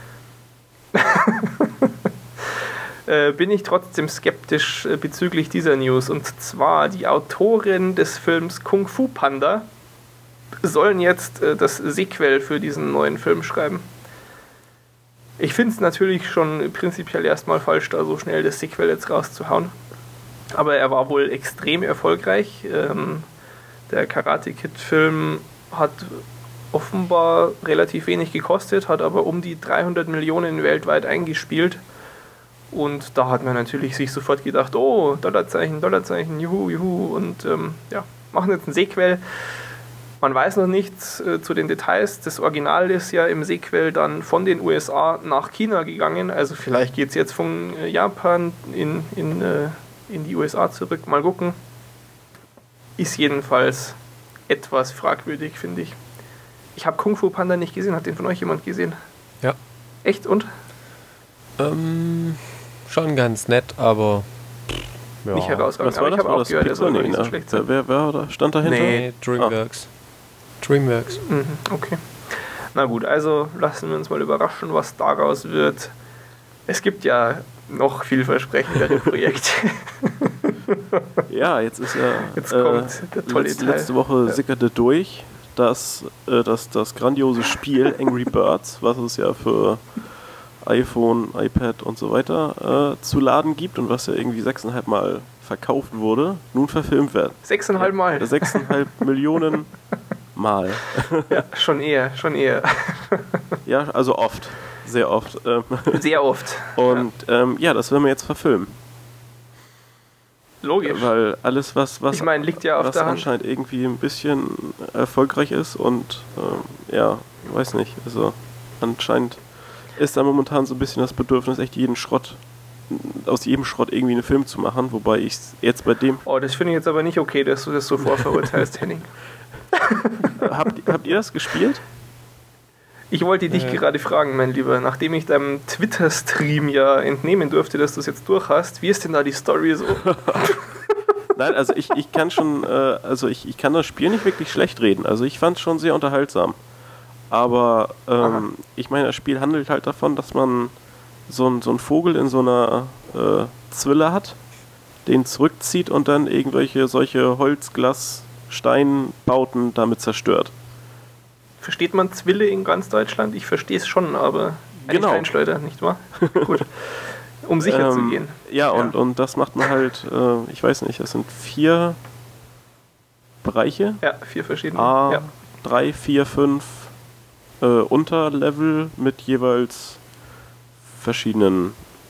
bin ich trotzdem skeptisch bezüglich dieser News. Und zwar die Autoren des Films Kung Fu Panda sollen jetzt das Sequel für diesen neuen Film schreiben. Ich finde es natürlich schon prinzipiell erstmal falsch, da so schnell das Sequel jetzt rauszuhauen. Aber er war wohl extrem erfolgreich. Der Karate Kid Film hat offenbar relativ wenig gekostet, hat aber um die 300 Millionen weltweit eingespielt. Und da hat man natürlich sich sofort gedacht, oh, Dollarzeichen, juhu. Und machen jetzt ein Sequel. Man weiß noch nichts zu den Details. Das Original ist ja im Sequel dann von den USA nach China gegangen. Also vielleicht geht es jetzt von Japan in die USA zurück. Mal gucken. Ist jedenfalls etwas fragwürdig, finde ich. Ich habe Kung Fu Panda nicht gesehen. Hat den von euch jemand gesehen? Ja. Echt? Und? Schon ganz nett, aber ja. Nicht herausragend. Was war das? Ich habe auch gehört, das soll nicht so schlecht sein. Wer stand dahinter? Nee, DreamWorks. DreamWorks. Okay. Na gut, also lassen wir uns mal überraschen, was daraus wird. Es gibt ja noch vielversprechendere Projekte. Ja, jetzt ist ja jetzt kommt der tolle Teil. Letzte Woche sickerte durch, dass das grandiose Spiel Angry Birds, was es ja für iPhone, iPad und so weiter zu laden gibt und was ja irgendwie 6,5 Mal verkauft wurde, nun verfilmt wird. 6,5 Mal? 6,5 Millionen Mal. Ja, schon eher. Ja, also oft. Sehr oft. Sehr oft. Und das werden wir jetzt verfilmen. Logisch. Weil alles, was ich meine, liegt ja auf der Hand. Anscheinend irgendwie ein bisschen erfolgreich ist und weiß nicht, also anscheinend ist da momentan so ein bisschen das Bedürfnis, echt aus jedem Schrott irgendwie einen Film zu machen, wobei ich jetzt bei dem... Oh, das finde ich jetzt aber nicht okay, dass du das so vorverurteilst, Henning. Habt ihr das gespielt? Ich wollte dich gerade fragen, mein Lieber, nachdem ich deinem Twitter-Stream ja entnehmen durfte, dass du es jetzt durch hast, wie ist denn da die Story so? Nein, also ich kann schon, ich kann das Spiel nicht wirklich schlecht reden. Also ich fand es schon sehr unterhaltsam. Aber ich meine, das Spiel handelt halt davon, dass man so einen Vogel in so einer Zwille hat, den zurückzieht und dann irgendwelche solche Holz-, Glas-, Steinbauten damit zerstört. Versteht man Zwille in ganz Deutschland? Ich verstehe es schon, aber eine Steinschleuder, nicht wahr? Gut. Um sicher zu gehen. Ja, und das macht man halt, ich weiß nicht, das sind 4 Bereiche. Ja, 4 verschiedene. 3, 4, 5 Unterlevel mit jeweils verschiedenen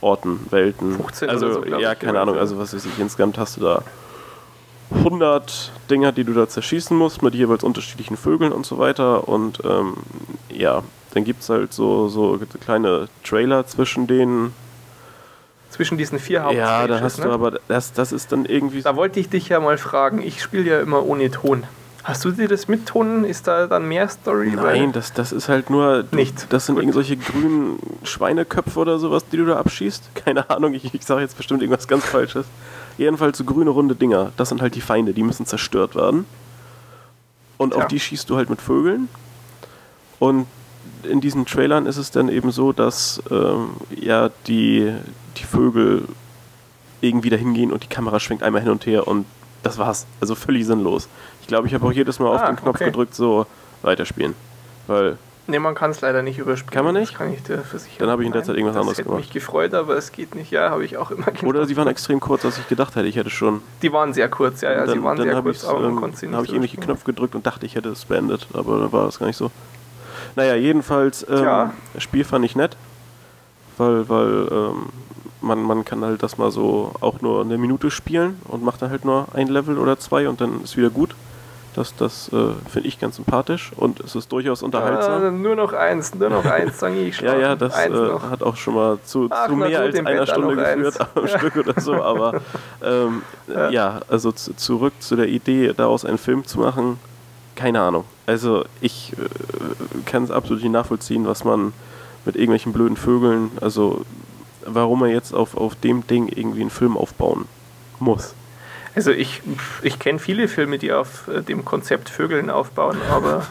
Orten, Welten. 15 also, oder so, ja, keine Ahnung, also was weiß ich, insgesamt hast du da 100 Dinger, die du da zerschießen musst, mit jeweils unterschiedlichen Vögeln und so weiter. Und ja, dann gibt es halt so kleine Trailer zwischen denen. Zwischen diesen 4 Hauptstages. Ja, da hast du aber, das ist dann irgendwie... Da wollte ich dich ja mal fragen, ich spiele ja immer ohne Ton. Hast du dir das mit Ton? Ist da dann mehr Story? Nein, das ist halt nur... Nicht. Das sind irgendwelche grünen Schweineköpfe oder sowas, die du da abschießt. Keine Ahnung, ich sage jetzt bestimmt irgendwas ganz Falsches. Jedenfalls so grüne, runde Dinger. Das sind halt die Feinde, die müssen zerstört werden. Und auf die schießt du halt mit Vögeln. Und in diesen Trailern ist es dann eben so, dass ja die Vögel irgendwie dahin gehen und die Kamera schwenkt einmal hin und her und das war's. Also völlig sinnlos. Ich glaube, ich habe auch jedes Mal auf den Knopf gedrückt, so weiterspielen. Weil... Ne, man kann es leider nicht überspielen. Kann man nicht? Das kann ich dir versichern. Dann habe ich in der Zeit irgendwas anderes gemacht. Das hätte mich gefreut, aber es geht nicht. Ja, habe ich auch immer gemacht. Oder sie waren extrem kurz, als ich gedacht hätte. Ich hätte schon... Die waren sehr kurz, ja. Dann, sie waren sehr kurz, aber man konnte sie nicht. Dann habe ich irgendwelche Knöpfe gedrückt und dachte, ich hätte es beendet. Aber dann war das gar nicht so. Naja, jedenfalls, das Spiel fand ich nett. Weil man kann halt das mal so auch nur eine Minute spielen und macht dann halt nur ein Level oder 2 und dann ist wieder gut. Das finde ich ganz sympathisch und es ist durchaus unterhaltsam. Nur noch eins, sage ich schon. Ja, das hat auch schon mal zu mehr als einer Stunde geführt am Stück oder so, aber ja, also zurück zu der Idee, daraus einen Film zu machen, keine Ahnung. Also ich kann es absolut nicht nachvollziehen, was man mit irgendwelchen blöden Vögeln, also warum man jetzt auf dem Ding irgendwie einen Film aufbauen muss. Also ich kenne viele Filme, die auf dem Konzept Vögeln aufbauen, aber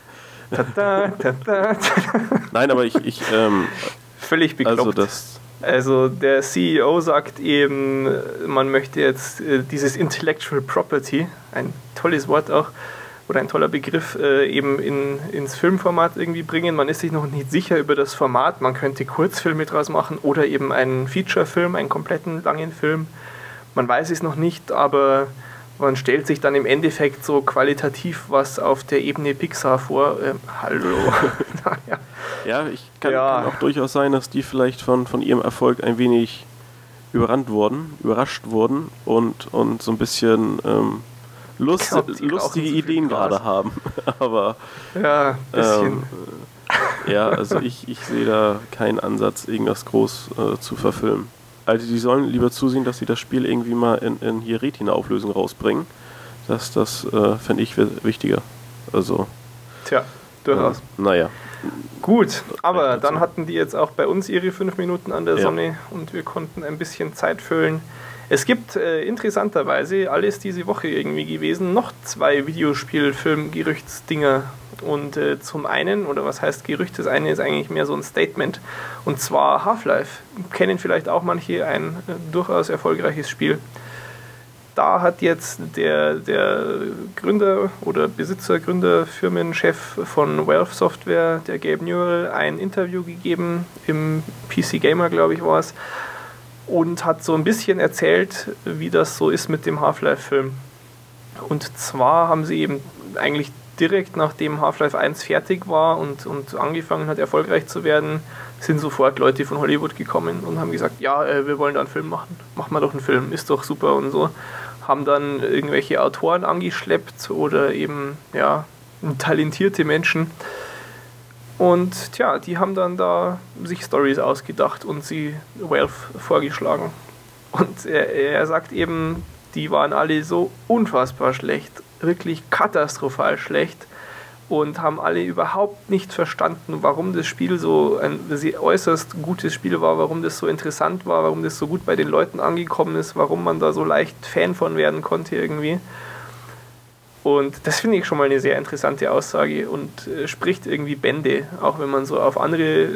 Nein, aber ich völlig bekloppt. Also der CEO sagt eben, man möchte jetzt dieses Intellectual Property, ein tolles Wort auch, oder ein toller Begriff, eben ins Filmformat irgendwie bringen. Man ist sich noch nicht sicher über das Format. Man könnte Kurzfilme draus machen oder eben einen Feature-Film, einen kompletten langen Film. Man weiß es noch nicht, aber man stellt sich dann im Endeffekt so qualitativ was auf der Ebene Pixar vor. Hallo. Naja. Ja, kann auch durchaus sein, dass die vielleicht von ihrem Erfolg ein wenig überrascht wurden und so ein bisschen lustige Ideen gerade haben. Aber ja, ein bisschen. Ja, also ich sehe da keinen Ansatz, irgendwas groß zu verfilmen. Also die sollen lieber zusehen, dass sie das Spiel irgendwie mal in hier Retina-Auflösung rausbringen. Das fände ich wichtiger. Also. Tja, durchaus. Naja. Gut, aber dann hatten die jetzt auch bei uns ihre 5 Minuten an der Sonne und wir konnten ein bisschen Zeit füllen. Es gibt interessanterweise alles diese Woche irgendwie gewesen, noch 2 Videospiel-Film-Gerüchtsdinger. Und zum einen, oder was heißt Gerücht, das eine ist eigentlich mehr so ein Statement, und zwar Half-Life. Kennen vielleicht auch manche, ein durchaus erfolgreiches Spiel. Da hat jetzt der Gründer oder Besitzer, Gründer, Firmenchef von Valve Software, der Gabe Newell, ein Interview gegeben, im PC Gamer, glaube ich, war es, und hat so ein bisschen erzählt, wie das so ist mit dem Half-Life-Film. Und zwar haben sie eben eigentlich direkt nachdem Half-Life 1 fertig war und angefangen hat, erfolgreich zu werden, sind sofort Leute von Hollywood gekommen und haben gesagt, ja, wir wollen da einen Film machen. Machen wir doch einen Film, ist doch super und so. Haben dann irgendwelche Autoren angeschleppt oder eben, ja, talentierte Menschen. Und tja, die haben dann da sich Storys ausgedacht und sie Valve vorgeschlagen. Und er sagt eben, die waren alle so unfassbar schlecht, wirklich katastrophal schlecht und haben alle überhaupt nicht verstanden, warum das Spiel so ein äußerst gutes Spiel war, warum das so interessant war, warum das so gut bei den Leuten angekommen ist, warum man da so leicht Fan von werden konnte irgendwie. Und das finde ich schon mal eine sehr interessante Aussage und spricht irgendwie Bände, auch wenn man so auf andere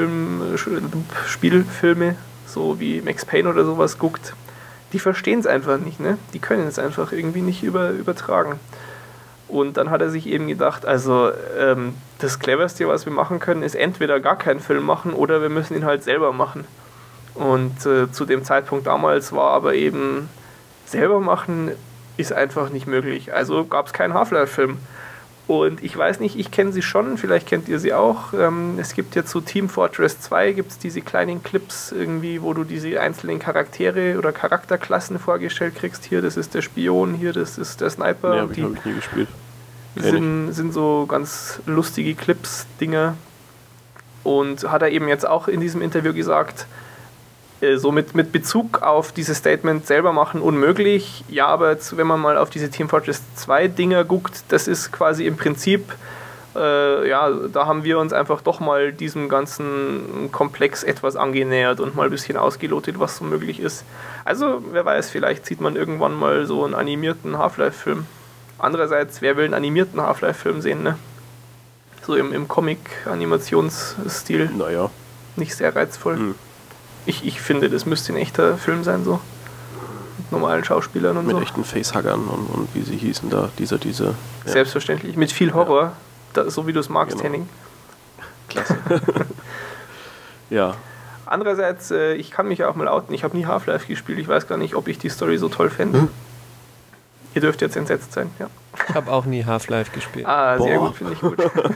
Spielfilme, so wie Max Payne oder sowas guckt. Die verstehen es einfach nicht, ne? Die können es einfach irgendwie nicht übertragen. Und dann hat er sich eben gedacht, also das Cleverste, was wir machen können, ist entweder gar keinen Film machen oder wir müssen ihn halt selber machen. Und zu dem Zeitpunkt damals war aber eben selber machen ist einfach nicht möglich. Also gab es keinen Half-Life-Film. Und ich weiß nicht, ich kenne sie schon, vielleicht kennt ihr sie auch. Es gibt ja zu Team Fortress 2 gibt's diese kleinen Clips irgendwie, wo du diese einzelnen Charaktere oder Charakterklassen vorgestellt kriegst. Hier, das ist der Spion, hier, das ist der Sniper. Ja, die habe ich nie gespielt. Sind so ganz lustige Clips-Dinger. Und hat er eben jetzt auch in diesem Interview gesagt, so mit Bezug auf dieses Statement selber machen unmöglich. Ja, aber jetzt, wenn man mal auf diese Team Fortress 2 Dinger guckt, das ist quasi im Prinzip, da haben wir uns einfach doch mal diesem ganzen Komplex etwas angenähert und mal ein bisschen ausgelotet, was so möglich ist. Also, wer weiß, vielleicht sieht man irgendwann mal so einen animierten Half-Life-Film. Andererseits, wer will einen animierten Half-Life-Film sehen, ne? So im Comic-Animationsstil. Naja. Nicht sehr reizvoll. Ich finde, das müsste ein echter Film sein, so. Mit normalen Schauspielern und mit so. Mit echten Facehuggern und wie sie hießen da, diese. Ja. Selbstverständlich. Mit viel Horror, so wie du es magst, genau. Henning. Klasse. Ja. Andererseits, ich kann mich ja auch mal outen, ich habe nie Half-Life gespielt, ich weiß gar nicht, ob ich die Story so toll fände. Ihr dürft jetzt entsetzt sein, ja. Ich habe auch nie Half-Life gespielt. Ah, sehr gut, finde ich gut.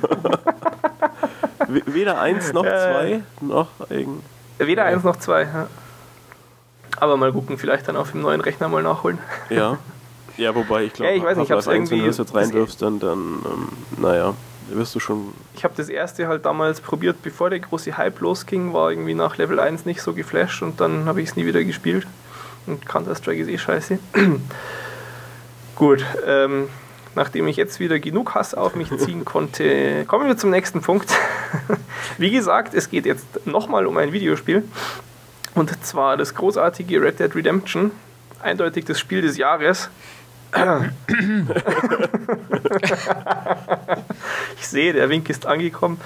Weder 1 noch 2 noch irgend. Weder 1 noch 2, ja. Aber mal gucken, vielleicht dann auf dem neuen Rechner mal nachholen. Ja. Ja, wobei ich glaube, ich weiß nicht, wenn du das jetzt reinwirfst, dann wirst du schon... Ich habe das erste halt damals probiert, bevor der große Hype losging, war irgendwie nach Level 1 nicht so geflasht und dann habe ich es nie wieder gespielt. Und Counter-Strike ist scheiße. Gut, nachdem ich jetzt wieder genug Hass auf mich ziehen konnte, kommen wir zum nächsten Punkt. Wie gesagt, es geht jetzt nochmal um ein Videospiel. Und zwar das großartige Red Dead Redemption. Eindeutig das Spiel des Jahres. Ich sehe, der Wink ist angekommen.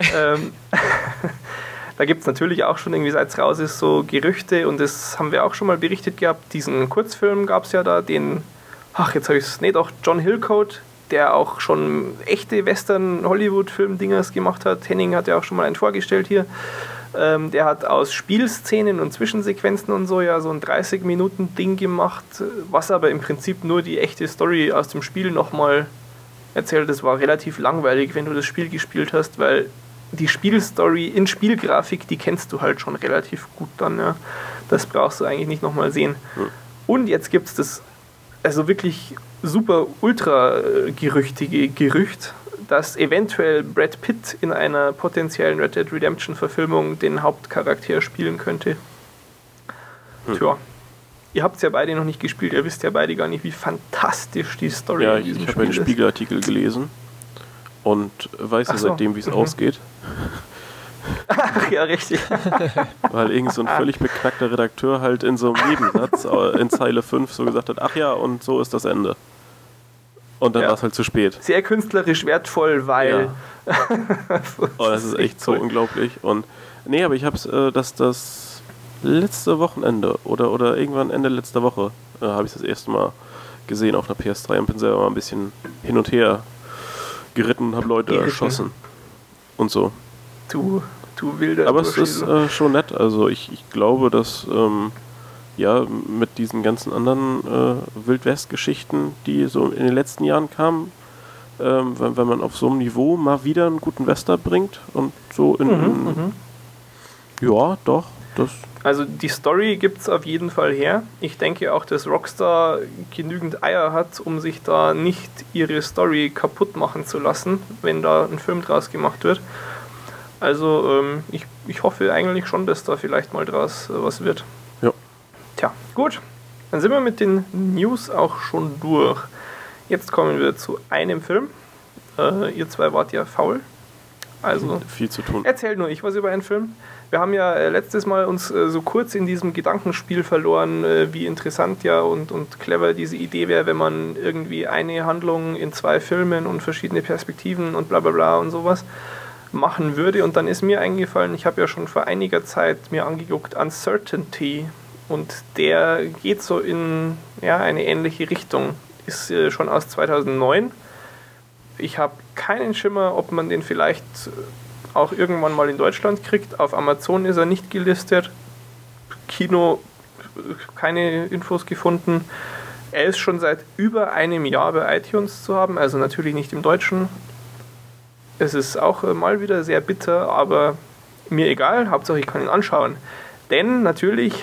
Da gibt es natürlich auch schon irgendwie, seit es raus ist, so Gerüchte. Und das haben wir auch schon mal berichtet gehabt. Diesen Kurzfilm gab es ja da, jetzt habe ich es nicht, auch John Hillcoat, der auch schon echte Western-Hollywood-Film-Dingers gemacht hat. Henning hat ja auch schon mal einen vorgestellt hier. Der hat aus Spielszenen und Zwischensequenzen und so ja so ein 30-Minuten-Ding gemacht, was aber im Prinzip nur die echte Story aus dem Spiel nochmal erzählt. Das war relativ langweilig, wenn du das Spiel gespielt hast, weil die Spielstory in Spielgrafik, die kennst du halt schon relativ gut dann. Ja. Das brauchst du eigentlich nicht nochmal sehen. Und jetzt gibt es das also wirklich super ultra gerüchtige Gerücht, dass eventuell Brad Pitt in einer potenziellen Red Dead Redemption Verfilmung den Hauptcharakter spielen könnte. Tja, ihr habt es ja beide noch nicht gespielt, ihr wisst ja beide gar nicht, wie fantastisch die Story in diesem Spiel ist. Ja, ich habe den Spiegelartikel gelesen und weiß ja seitdem, wie es ausgeht. Ach ja, richtig. Weil irgend so ein völlig beknackter Redakteur halt in so einem Nebensatz in Zeile 5 so gesagt hat, ach ja, und so ist das Ende. Und dann war es halt zu spät. Sehr künstlerisch wertvoll, weil... Ja. Das ist echt so unglaublich. Und nee, aber ich habe es, das letzte Wochenende oder irgendwann Ende letzter Woche habe ich das erste Mal gesehen auf einer PS3 und bin selber mal ein bisschen hin und her geritten, habe Leute erschossen und so. Du wilder. Aber es ist schon nett. Also ich glaube, dass mit diesen ganzen anderen Wild-West-Geschichten, die so in den letzten Jahren kamen, wenn man auf so einem Niveau mal wieder einen guten Western bringt und so ja, doch. Also die Story gibt es auf jeden Fall her. Ich denke auch, dass Rockstar genügend Eier hat, um sich da nicht ihre Story kaputt machen zu lassen, wenn da ein Film draus gemacht wird. Also ich hoffe eigentlich schon, dass da vielleicht mal draus was wird. Ja. Tja, gut. Dann sind wir mit den News auch schon durch. Jetzt kommen wir zu einem Film. Ihr zwei wart ja faul. Also viel zu tun. Erzähl nur ich was über einen Film. Wir haben ja letztes Mal uns so kurz in diesem Gedankenspiel verloren, wie interessant ja und clever diese Idee wäre, wenn man irgendwie eine Handlung in 2 Filmen und verschiedene Perspektiven und bla bla bla und sowas machen würde. Und dann ist mir eingefallen, ich habe ja schon vor einiger Zeit mir angeguckt Uncertainty und der geht so in eine ähnliche Richtung. Ist schon aus 2009. Ich habe keinen Schimmer, ob man den vielleicht auch irgendwann mal in Deutschland kriegt. Auf Amazon ist er nicht gelistet. Kino, keine Infos gefunden. Er ist schon seit über einem Jahr bei iTunes zu haben, also natürlich nicht im Deutschen. Es ist auch mal wieder sehr bitter, aber mir egal, Hauptsache ich kann ihn anschauen. Denn natürlich,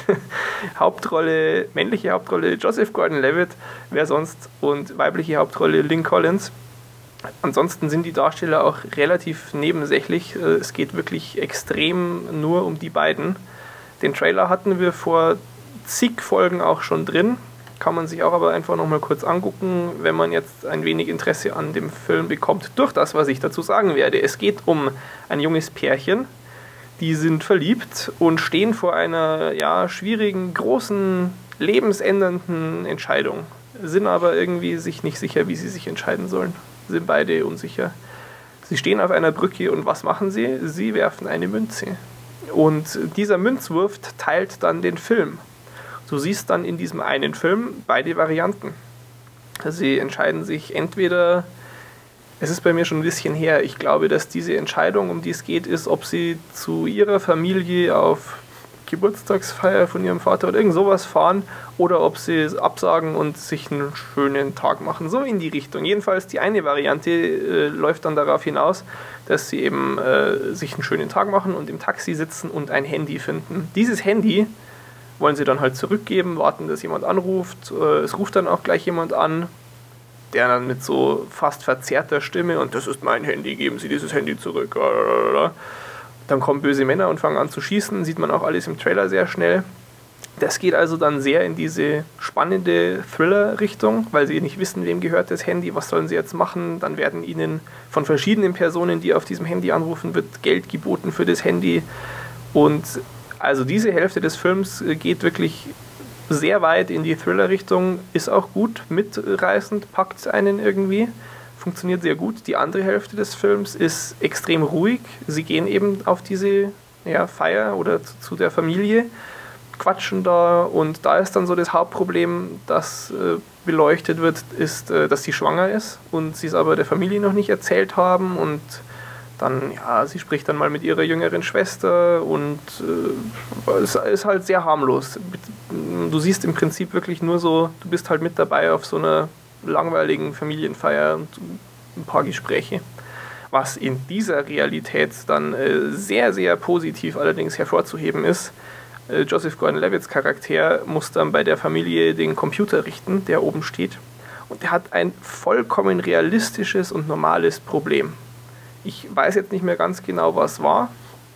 männliche Hauptrolle Joseph Gordon-Levitt, wer sonst, und weibliche Hauptrolle Lynn Collins. Ansonsten sind die Darsteller auch relativ nebensächlich. Es geht wirklich extrem nur um die beiden. Den Trailer hatten wir vor zig Folgen auch schon drin. Kann man sich auch aber einfach nochmal kurz angucken, wenn man jetzt ein wenig Interesse an dem Film bekommt, durch das, was ich dazu sagen werde. Es geht um ein junges Pärchen, die sind verliebt und stehen vor einer schwierigen, großen, lebensändernden Entscheidung, sind aber irgendwie sich nicht sicher, wie sie sich entscheiden sollen. Sind beide unsicher. Sie stehen auf einer Brücke und was machen sie? Sie werfen eine Münze. Und dieser Münzwurf teilt dann den Film. Du siehst dann in diesem einen Film beide Varianten. Sie entscheiden sich entweder, es ist bei mir schon ein bisschen her, ich glaube, dass diese Entscheidung, um die es geht, ist, ob sie zu ihrer Familie auf Geburtstagsfeier von ihrem Vater oder irgend sowas fahren oder ob sie es absagen und sich einen schönen Tag machen, so in die Richtung. Jedenfalls die eine Variante läuft dann darauf hinaus, dass sie eben sich einen schönen Tag machen und im Taxi sitzen und ein Handy finden. Dieses Handy wollen sie dann halt zurückgeben, warten, dass jemand anruft. Es ruft dann auch gleich jemand an, der dann mit so fast verzerrter Stimme, und das ist mein Handy, geben Sie dieses Handy zurück. Dann kommen böse Männer und fangen an zu schießen, sieht man auch alles im Trailer sehr schnell. Das geht also dann sehr in diese spannende Thriller-Richtung, weil sie nicht wissen, wem gehört das Handy, was sollen sie jetzt machen. Dann werden ihnen von verschiedenen Personen, die auf diesem Handy anrufen, wird Geld geboten für das Handy. Und also diese Hälfte des Films geht wirklich sehr weit in die Thriller-Richtung, ist auch gut, mitreißend, packt einen irgendwie. Funktioniert sehr gut. Die andere Hälfte des Films ist extrem ruhig. Sie gehen eben auf diese Feier oder zu der Familie, quatschen da, und da ist dann so das Hauptproblem, das beleuchtet wird, ist, dass sie schwanger ist und sie es aber der Familie noch nicht erzählt haben, und dann, sie spricht dann mal mit ihrer jüngeren Schwester und es ist halt sehr harmlos. Du siehst im Prinzip wirklich nur so, du bist halt mit dabei auf so einer langweiligen Familienfeier und ein paar Gespräche. Was in dieser Realität dann sehr, sehr positiv allerdings hervorzuheben ist, Joseph Gordon-Levitts Charakter muss dann bei der Familie den Computer richten, der oben steht, und der hat ein vollkommen realistisches und normales Problem. Ich weiß jetzt nicht mehr ganz genau, was war,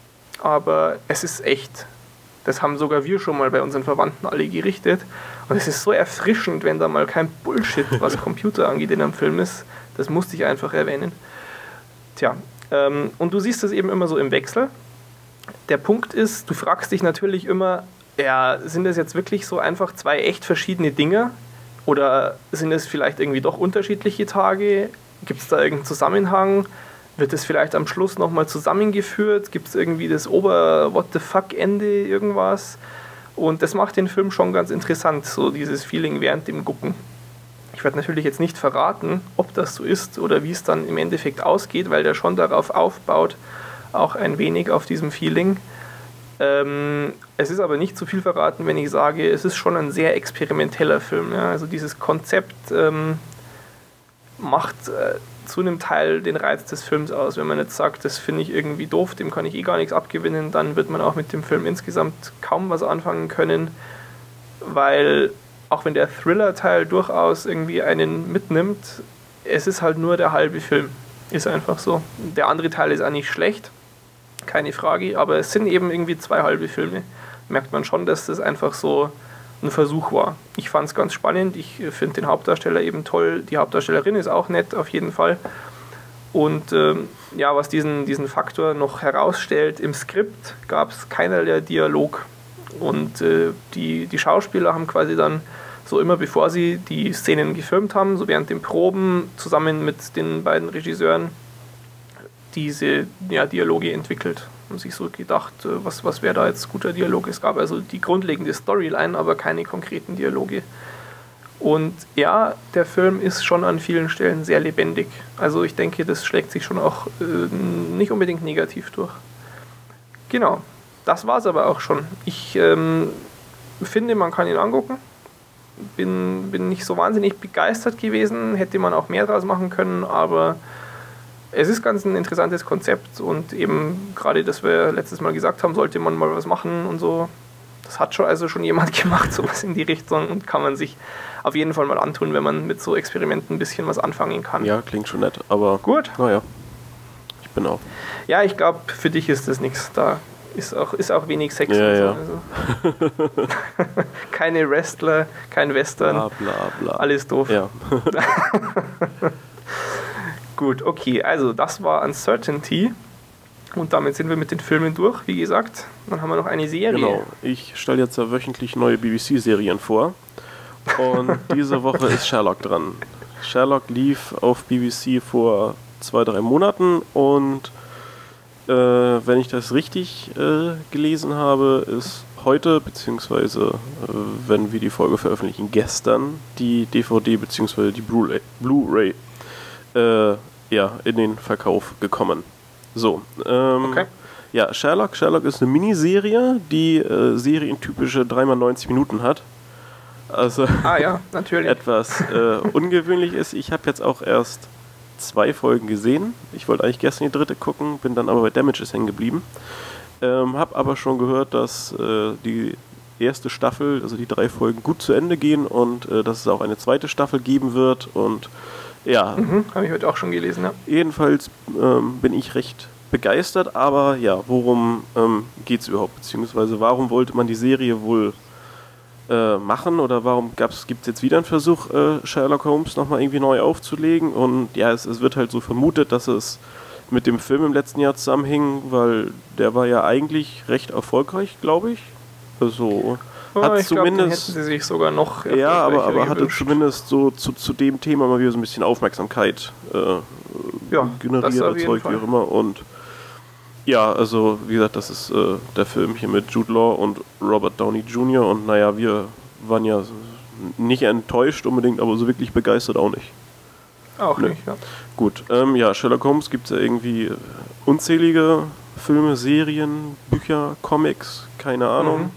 aber es ist echt. Das haben sogar wir schon mal bei unseren Verwandten alle gerichtet. Und es ist so erfrischend, wenn da mal kein Bullshit, was Computer angeht, in einem Film ist. Das musste ich einfach erwähnen. Tja, und du siehst das eben immer so im Wechsel. Der Punkt ist, du fragst dich natürlich immer, sind das jetzt wirklich so einfach zwei echt verschiedene Dinge? Oder sind es vielleicht irgendwie doch unterschiedliche Tage? Gibt es da irgendeinen Zusammenhang? Wird es vielleicht am Schluss nochmal zusammengeführt? Gibt es irgendwie das What-the-fuck-Ende, irgendwas? Und das macht den Film schon ganz interessant, so dieses Feeling während dem Gucken. Ich werde natürlich jetzt nicht verraten, ob das so ist oder wie es dann im Endeffekt ausgeht, weil der schon darauf aufbaut, auch ein wenig auf diesem Feeling. Es ist aber nicht zu viel verraten, wenn ich sage, es ist schon ein sehr experimenteller Film. Ja? Also dieses Konzept macht zu einem Teil den Reiz des Films aus. Wenn man jetzt sagt, das finde ich irgendwie doof, dem kann ich gar nichts abgewinnen, dann wird man auch mit dem Film insgesamt kaum was anfangen können, weil auch wenn der Thriller-Teil durchaus irgendwie einen mitnimmt, es ist halt nur der halbe Film. Ist einfach so. Der andere Teil ist auch nicht schlecht, keine Frage, aber es sind eben irgendwie zwei halbe Filme. Merkt man schon, dass das einfach so ein Versuch war. Ich fand es ganz spannend, ich finde den Hauptdarsteller eben toll, die Hauptdarstellerin ist auch nett auf jeden Fall. Und was diesen Faktor noch herausstellt, im Skript gab es keinerlei Dialog. Und die Schauspieler haben quasi dann so immer bevor sie die Szenen gefilmt haben, so während den Proben zusammen mit den beiden Regisseuren diese Dialoge entwickelt und sich so gedacht, was wäre da jetzt guter Dialog. Es gab also die grundlegende Storyline, aber keine konkreten Dialoge. Und ja, der Film ist schon an vielen Stellen sehr lebendig. Also ich denke, das schlägt sich schon auch nicht unbedingt negativ durch. Genau, das war es aber auch schon. Ich finde, man kann ihn angucken. bin nicht so wahnsinnig begeistert gewesen, hätte man auch mehr draus machen können, aber es ist ganz ein interessantes Konzept und eben gerade, das wir letztes Mal gesagt haben, sollte man mal was machen und so. Das hat schon jemand gemacht, sowas in die Richtung, und kann man sich auf jeden Fall mal antun, wenn man mit so Experimenten ein bisschen was anfangen kann. Ja, klingt schon nett, aber gut. Naja, ich bin auch. Ja, ich glaube, für dich ist das nichts. Da ist auch wenig Sex. Ja, und so. Also. Keine Wrestler, kein Western. Bla, bla, bla. Alles doof. Ja. Gut, okay, also das war Uncertainty. Und damit sind wir mit den Filmen durch, wie gesagt. Dann haben wir noch eine Serie. Genau, ich stelle jetzt ja wöchentlich neue BBC-Serien vor. Und diese Woche ist Sherlock dran. Sherlock lief auf BBC vor 2-3 Monaten und wenn ich das richtig gelesen habe, ist heute, beziehungsweise wenn wir die Folge veröffentlichen, gestern die DVD beziehungsweise die Blu-ray in den Verkauf gekommen. So, okay. Ja, Sherlock ist eine Miniserie, die serientypische 3x90 Minuten hat. Also ja, natürlich. etwas ungewöhnlich ist. Ich habe jetzt auch erst 2 Folgen gesehen. Ich wollte eigentlich gestern die 3. gucken, bin dann aber bei Damages hängen geblieben. Habe aber schon gehört, dass die erste Staffel, also die 3 Folgen, gut zu Ende gehen und dass es auch eine 2. Staffel geben wird. Und ja. Habe ich heute auch schon gelesen, ja. Jedenfalls bin ich recht begeistert, aber ja, worum geht es überhaupt? Beziehungsweise warum wollte man die Serie wohl machen oder warum gibt es jetzt wieder einen Versuch, Sherlock Holmes nochmal irgendwie neu aufzulegen? Und ja, es wird halt so vermutet, dass es mit dem Film im letzten Jahr zusammenhing, weil der war ja eigentlich recht erfolgreich, glaube ich. Also hat ich zumindest, glaub, hätten sie sich sogar noch ja, aber hatte gewünscht. zumindest so zu dem Thema mal wieder so ein bisschen Aufmerksamkeit generiert, erzeugt, wie auch immer. Und ja, also wie gesagt, das ist der Film hier mit Jude Law und Robert Downey Jr. Und naja, wir waren ja nicht enttäuscht unbedingt, aber so wirklich begeistert auch nicht. Auch nicht, ja. Gut, ja, Sherlock Holmes gibt es ja irgendwie unzählige Filme, Serien, Bücher, Comics, keine Ahnung.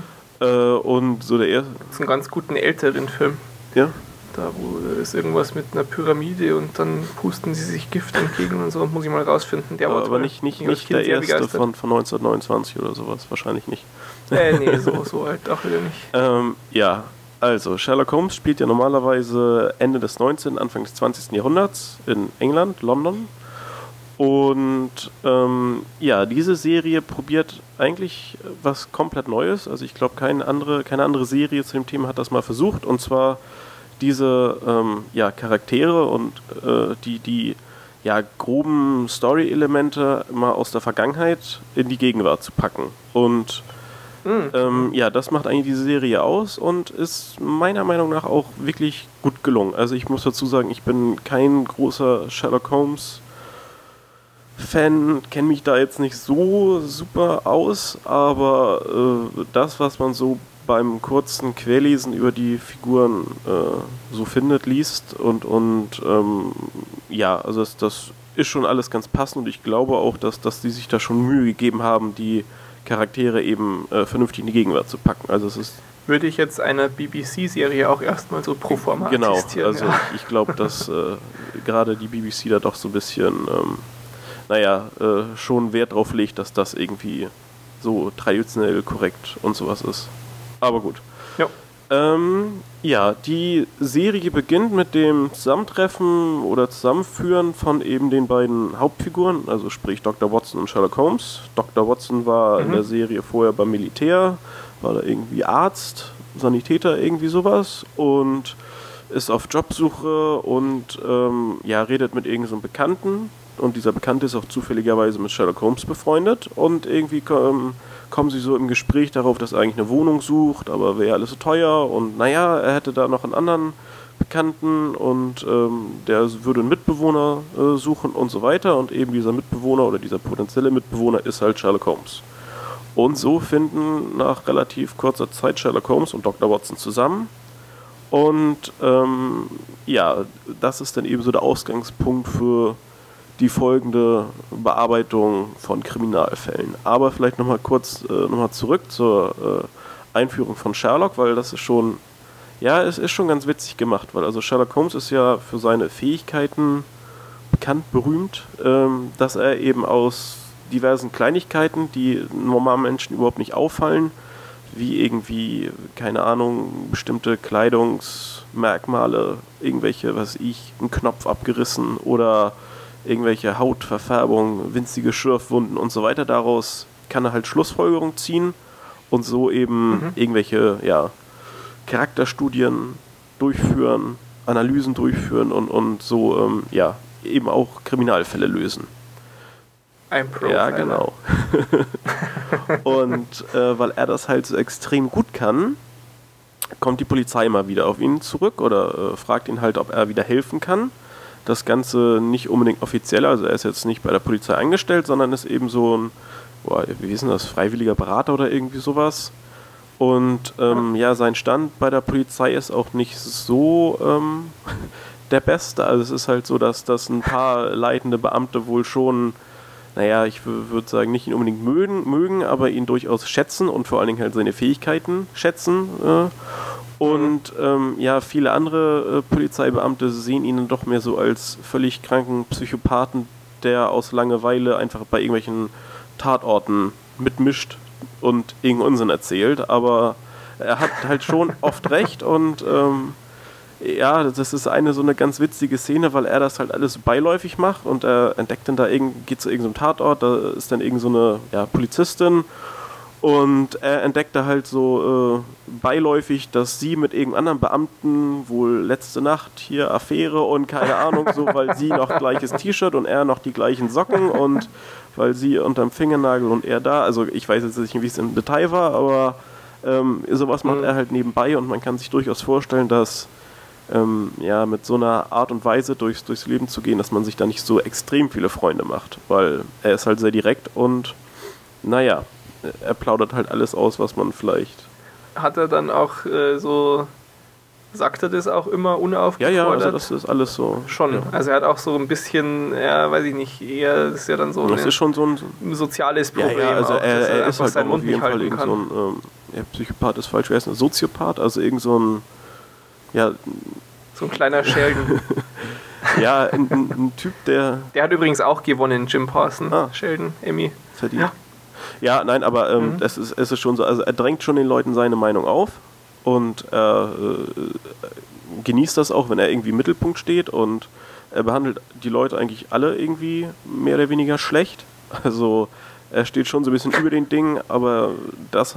Und so der erste... Das ist ein ganz guten älteren Film. Ja? Da wo ist irgendwas mit einer Pyramide und dann pusten sie sich Gift entgegen und so, muss ich mal rausfinden. Der war aber nicht der erste von 1929 oder sowas, wahrscheinlich nicht. Nee, so alt auch wieder nicht. Ja, also Sherlock Holmes spielt ja normalerweise Ende des 19., Anfang des 20. Jahrhunderts in England, London. Und ja, diese Serie probiert eigentlich was komplett Neues. Also ich glaube, keine andere Serie zu dem Thema hat das mal versucht. Und zwar diese Charaktere und die groben Story-Elemente mal aus der Vergangenheit in die Gegenwart zu packen. Und das macht eigentlich diese Serie aus und ist meiner Meinung nach auch wirklich gut gelungen. Also ich muss dazu sagen, ich bin kein großer Sherlock Holmes Fan, kenne mich da jetzt nicht so super aus, aber das, was man so beim kurzen Querlesen über die Figuren so findet, liest und also das ist schon alles ganz passend und ich glaube auch, dass die sich da schon Mühe gegeben haben, die Charaktere eben vernünftig in die Gegenwart zu packen. Also es ist... Würde ich jetzt einer BBC-Serie auch erstmal so pro forma attestieren. Genau, also ich glaube, dass gerade die BBC da doch so ein bisschen schon Wert drauf legt, dass das irgendwie so traditionell korrekt und sowas ist. Aber gut. Ja. Die Serie beginnt mit dem Zusammentreffen oder Zusammenführen von eben den beiden Hauptfiguren, also sprich Dr. Watson und Sherlock Holmes. Dr. Watson war in der Serie vorher beim Militär, war da irgendwie Arzt, Sanitäter, irgendwie sowas und ist auf Jobsuche und redet mit irgendeinem Bekannten. Und dieser Bekannte ist auch zufälligerweise mit Sherlock Holmes befreundet und irgendwie kommen sie so im Gespräch darauf, dass er eigentlich eine Wohnung sucht, aber wäre alles so teuer und er hätte da noch einen anderen Bekannten und der würde einen Mitbewohner suchen und so weiter und eben dieser Mitbewohner oder dieser potenzielle Mitbewohner ist halt Sherlock Holmes. Und so finden nach relativ kurzer Zeit Sherlock Holmes und Dr. Watson zusammen und das ist dann eben so der Ausgangspunkt für die folgende Bearbeitung von Kriminalfällen. Aber vielleicht nochmal kurz zurück zur Einführung von Sherlock, weil das ist schon Ja, es ist schon ganz witzig gemacht, weil also Sherlock Holmes ist ja für seine Fähigkeiten bekannt, berühmt, dass er eben aus diversen Kleinigkeiten, die normalen Menschen überhaupt nicht auffallen, wie irgendwie, keine Ahnung, bestimmte Kleidungsmerkmale, irgendwelche, was weiß ich, ein Knopf abgerissen oder irgendwelche Hautverfärbungen, winzige Schürfwunden und so weiter, daraus kann er halt Schlussfolgerungen ziehen und so eben irgendwelche, ja, Charakterstudien durchführen, Analysen durchführen und so, ja, eben auch Kriminalfälle lösen. Ein Profiler. Ja, genau. Und weil er das halt so extrem gut kann, kommt die Polizei mal wieder auf ihn zurück oder fragt ihn halt, ob er wieder helfen kann. Das Ganze nicht unbedingt offiziell, also er ist jetzt nicht bei der Polizei angestellt, sondern ist eben so ein, wie ist denn das, freiwilliger Berater oder irgendwie sowas. Und ja, sein Stand bei der Polizei ist auch nicht so der beste. Also es ist halt so, dass ein paar leitende Beamte wohl schon, naja, ich würde sagen, nicht ihn unbedingt mögen, aber ihn durchaus schätzen und vor allen Dingen halt seine Fähigkeiten schätzen. Und ja, viele andere Polizeibeamte sehen ihn dann doch mehr so als völlig kranken Psychopathen, der aus Langeweile einfach bei irgendwelchen Tatorten mitmischt und irgendeinen Unsinn erzählt, aber er hat halt schon oft recht und ja, das ist so eine ganz witzige Szene, weil er das halt alles beiläufig macht und er entdeckt dann da, geht zu irgendeinem Tatort, da ist dann irgend so eine, ja, Polizistin und er entdeckt da halt so beiläufig, dass sie mit irgendeinem anderen Beamten wohl letzte Nacht hier Affäre und keine Ahnung, so, weil sie noch gleiches T-Shirt und er noch die gleichen Socken und weil sie unterm Fingernagel und er da, also ich weiß jetzt nicht, wie es im Detail war, aber sowas macht er halt nebenbei und man kann sich durchaus vorstellen, dass ja, mit so einer Art und Weise durchs Leben zu gehen, dass man sich da nicht so extrem viele Freunde macht, weil er ist halt sehr direkt und naja, er plaudert halt alles aus, was man vielleicht... Hat er dann auch so... Sagt er das auch immer unaufgefordert? Ja, also das ist alles so... Schon, ja. Also er hat auch so ein bisschen, ja, weiß ich nicht, eher, das ist ja dann so das ist schon so ein soziales Problem. Ja, also auch, er ist halt seinen Mund auf jeden Fall irgend so ein... Psychopath ist falsch, wer ist ein Soziopath? Also irgend so ein... Ja, so ein kleiner Sheldon. Ja, ein Typ, der... Der hat übrigens auch gewonnen, Jim Parsons. Sheldon, Emmy. Verdient. Ja, nein, aber es ist schon so, also er drängt schon den Leuten seine Meinung auf und er genießt das auch, wenn er irgendwie im Mittelpunkt steht und er behandelt die Leute eigentlich alle irgendwie mehr oder weniger schlecht. Also er steht schon so ein bisschen über den Dingen, aber das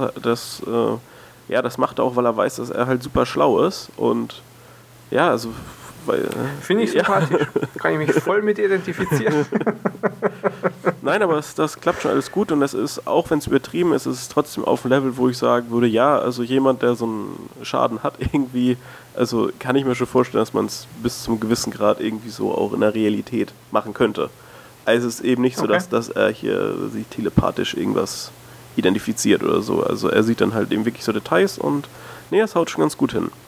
macht er auch, weil er weiß, dass er halt super schlau ist und ja, also... Finde ich sympathisch. Kann ich mich voll mit identifizieren. Nein, aber das klappt schon alles gut und das ist, auch wenn es übertrieben ist, ist es trotzdem auf einem Level, wo ich sagen würde, ja, also jemand, der so einen Schaden hat irgendwie, also kann ich mir schon vorstellen, dass man es bis zum gewissen Grad irgendwie so auch in der Realität machen könnte. Also es ist eben nicht so, dass er hier sich telepathisch irgendwas identifiziert oder so. Also er sieht dann halt eben wirklich so Details und nee, es haut schon ganz gut hin.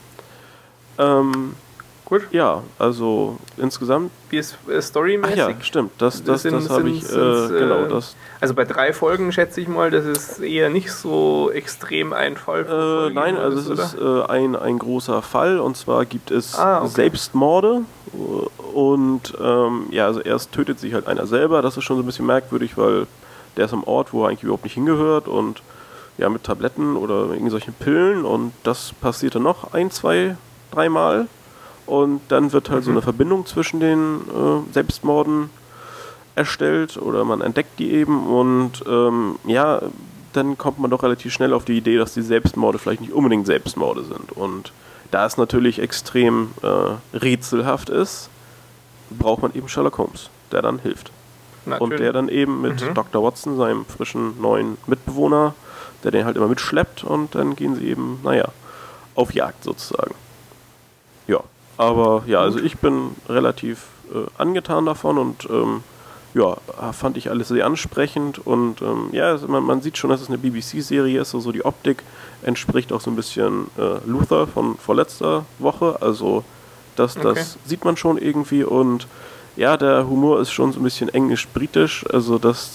Gut. Ja, also insgesamt... Wie ist storymäßig? Ach ja, stimmt. Das habe ich... genau, das... Also bei 3 Folgen schätze ich mal, das ist eher nicht so extrem ein Fall. Nein, also es ist ein großer Fall und zwar gibt es Selbstmorde und ja, also erst tötet sich halt einer selber. Das ist schon so ein bisschen merkwürdig, weil der ist am Ort, wo er eigentlich überhaupt nicht hingehört und ja, mit Tabletten oder irgendwelchen Pillen und das passierte noch 1, 2, 3 Mal. Und dann wird halt so eine Verbindung zwischen den Selbstmorden erstellt oder man entdeckt die eben und ja, dann kommt man doch relativ schnell auf die Idee, dass die Selbstmorde vielleicht nicht unbedingt Selbstmorde sind. Und da es natürlich extrem rätselhaft ist, braucht man eben Sherlock Holmes, der dann hilft. Natürlich. Und der dann eben mit Dr. Watson, seinem frischen neuen Mitbewohner, der den halt immer mitschleppt und dann gehen sie eben, naja, auf Jagd sozusagen. Ja. Aber ja, also ich bin relativ angetan davon und ja, fand ich alles sehr ansprechend und ja, also man sieht schon, dass es eine BBC-Serie ist, also die Optik entspricht auch so ein bisschen Luther von vorletzter Woche, also das sieht man schon irgendwie und ja, der Humor ist schon so ein bisschen englisch-britisch, also das,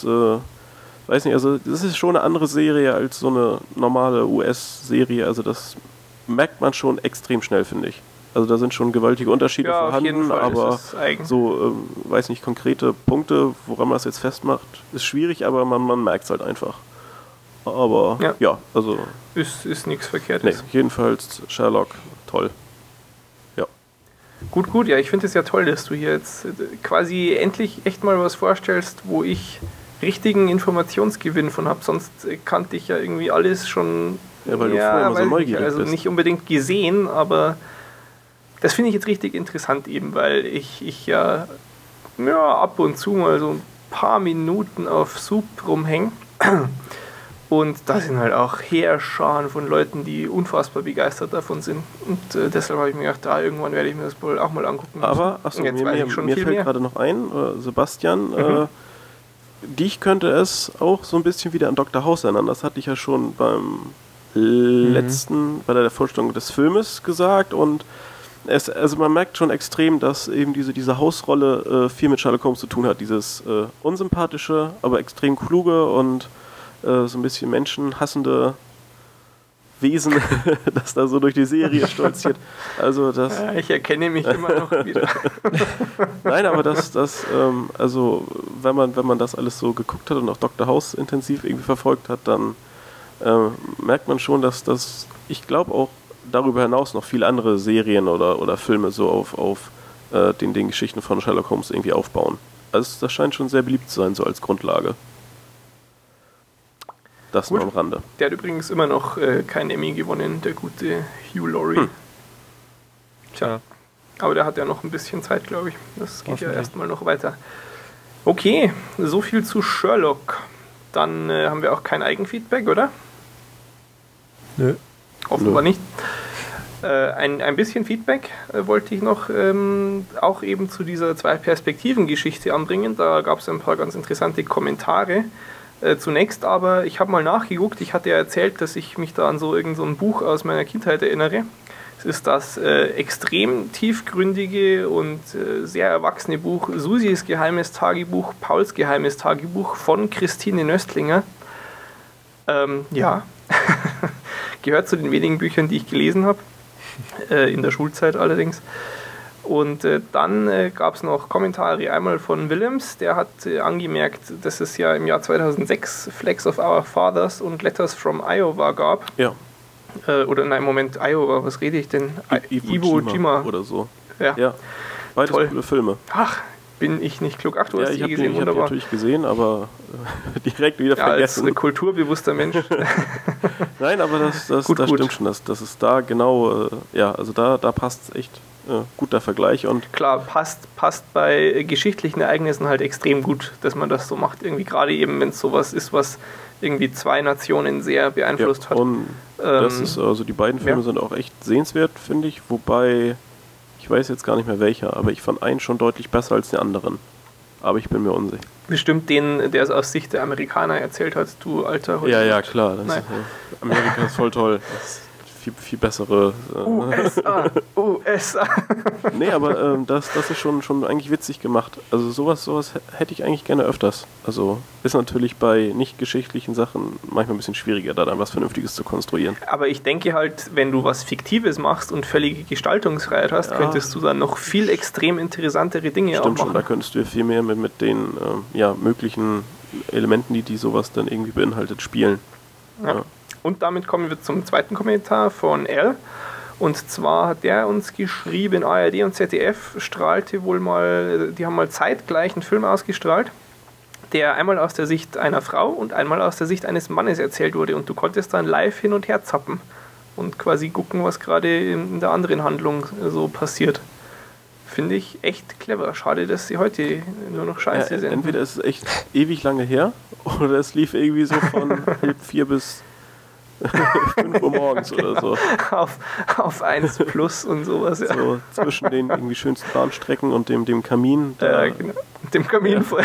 weiß nicht, also das ist schon eine andere Serie als so eine normale US-Serie, also das merkt man schon extrem schnell, finde ich. Also da sind schon gewaltige Unterschiede vorhanden, aber so, weiß nicht, konkrete Punkte, woran man das jetzt festmacht, ist schwierig, aber man merkt es halt einfach. Aber ja also... Ist nichts Verkehrtes. Nee, jedenfalls Sherlock, toll. Ja. Gut, ja, ich finde es ja toll, dass du hier jetzt quasi endlich echt mal was vorstellst, wo ich richtigen Informationsgewinn von habe. Sonst kannte ich ja irgendwie alles schon... Ja, weil du vorher immer so neugierig bist. Also nicht unbedingt gesehen, aber das finde ich jetzt richtig interessant eben, weil ich ja ab und zu mal so ein paar Minuten auf Soup rumhänge. Und da sind halt auch Heerscharen von Leuten, die unfassbar begeistert davon sind. Und deshalb habe ich mir gedacht, irgendwann werde ich mir das wohl auch mal angucken müssen. Aber, mir fällt gerade noch ein, Sebastian, dich könnte es auch so ein bisschen wieder an Dr. House erinnern. Das hatte ich ja schon bei der Vorstellung des Filmes gesagt. Und also man merkt schon extrem, dass eben diese Hausrolle viel mit Sherlock Holmes zu tun hat. Dieses unsympathische, aber extrem kluge und so ein bisschen menschenhassende Wesen, das da so durch die Serie stolziert. Also das ich erkenne mich immer noch wieder. Nein, aber also wenn man das alles so geguckt hat und auch Dr. House intensiv irgendwie verfolgt hat, dann merkt man schon, dass ich glaube auch darüber hinaus noch viele andere Serien oder Filme so auf den Geschichten von Sherlock Holmes irgendwie aufbauen. Also das scheint schon sehr beliebt zu sein, so als Grundlage. Das nur am Rande. Der hat übrigens immer noch keinen Emmy gewonnen, der gute Hugh Laurie. Tja, aber der hat ja noch ein bisschen Zeit, glaube ich. Das geht ja erstmal noch weiter. Okay, so viel zu Sherlock. Dann haben wir auch kein Eigenfeedback, oder? Nö. Offenbar nicht. Ein bisschen Feedback wollte ich noch auch eben zu dieser Zwei-Perspektiven-Geschichte anbringen. Da gab es ein paar ganz interessante Kommentare. Zunächst aber, ich habe mal nachgeguckt, ich hatte ja erzählt, dass ich mich da an so irgend so ein Buch aus meiner Kindheit erinnere. Es ist das extrem tiefgründige und sehr erwachsene Buch Susis geheimes Tagebuch, Pauls geheimes Tagebuch von Christine Nöstlinger. Gehört zu den wenigen Büchern, die ich gelesen habe, in der Schulzeit allerdings. Und dann gab es noch Kommentare, einmal von Willems, der hat angemerkt, dass es ja im Jahr 2006 Flags of Our Fathers und Letters from Iowa gab. Ja. Iowa, was rede ich denn? Iwo Jima oder so. Ja. Beides coole Filme. Ach, bin ich nicht klug. Ach, du hast die gesehen, wunderbar. Ich habe die natürlich gesehen, aber direkt wieder vergessen. Als kulturbewusster Mensch. Nein, aber das stimmt schon, dass es da genau, also da passt es echt gut, der Vergleich. Und klar, passt bei geschichtlichen Ereignissen halt extrem gut, dass man das so macht. Irgendwie gerade eben, wenn es sowas ist, was irgendwie zwei Nationen sehr beeinflusst hat. Und das ist, also die beiden Filme sind auch echt sehenswert, finde ich, wobei ich weiß jetzt gar nicht mehr welcher, aber ich fand einen schon deutlich besser als den anderen. Aber ich bin mir unsicher. Bestimmt den, der es aus Sicht der Amerikaner erzählt hat, du alter Hollywood. Ja, klar. Amerika ist voll toll. Das ist viel bessere... USA. Nee, aber das ist schon eigentlich witzig gemacht. Also sowas hätte ich eigentlich gerne öfters. Also ist natürlich bei nicht geschichtlichen Sachen manchmal ein bisschen schwieriger, da dann was Vernünftiges zu konstruieren. Aber ich denke halt, wenn du was Fiktives machst und völlige Gestaltungsfreiheit hast, könntest du dann noch viel extrem interessantere Dinge auch machen. Stimmt schon, da könntest du viel mehr mit den möglichen Elementen, die sowas dann irgendwie beinhaltet, spielen. Ja. Und damit kommen wir zum zweiten Kommentar von L. Und zwar hat der uns geschrieben, ARD und ZDF strahlte wohl mal, die haben mal zeitgleich einen Film ausgestrahlt, der einmal aus der Sicht einer Frau und einmal aus der Sicht eines Mannes erzählt wurde. Und du konntest dann live hin und her zappen und quasi gucken, was gerade in der anderen Handlung so passiert. Finde ich echt clever. Schade, dass sie heute nur noch Scheiße sind. Entweder ist es echt ewig lange her oder es lief irgendwie so von 3:30 bis 5 Uhr morgens oder so. Auf 1 Plus und sowas. Ja. So zwischen den irgendwie schönsten Bahnstrecken und dem Kamin. Genau. Dem Kaminfeuer.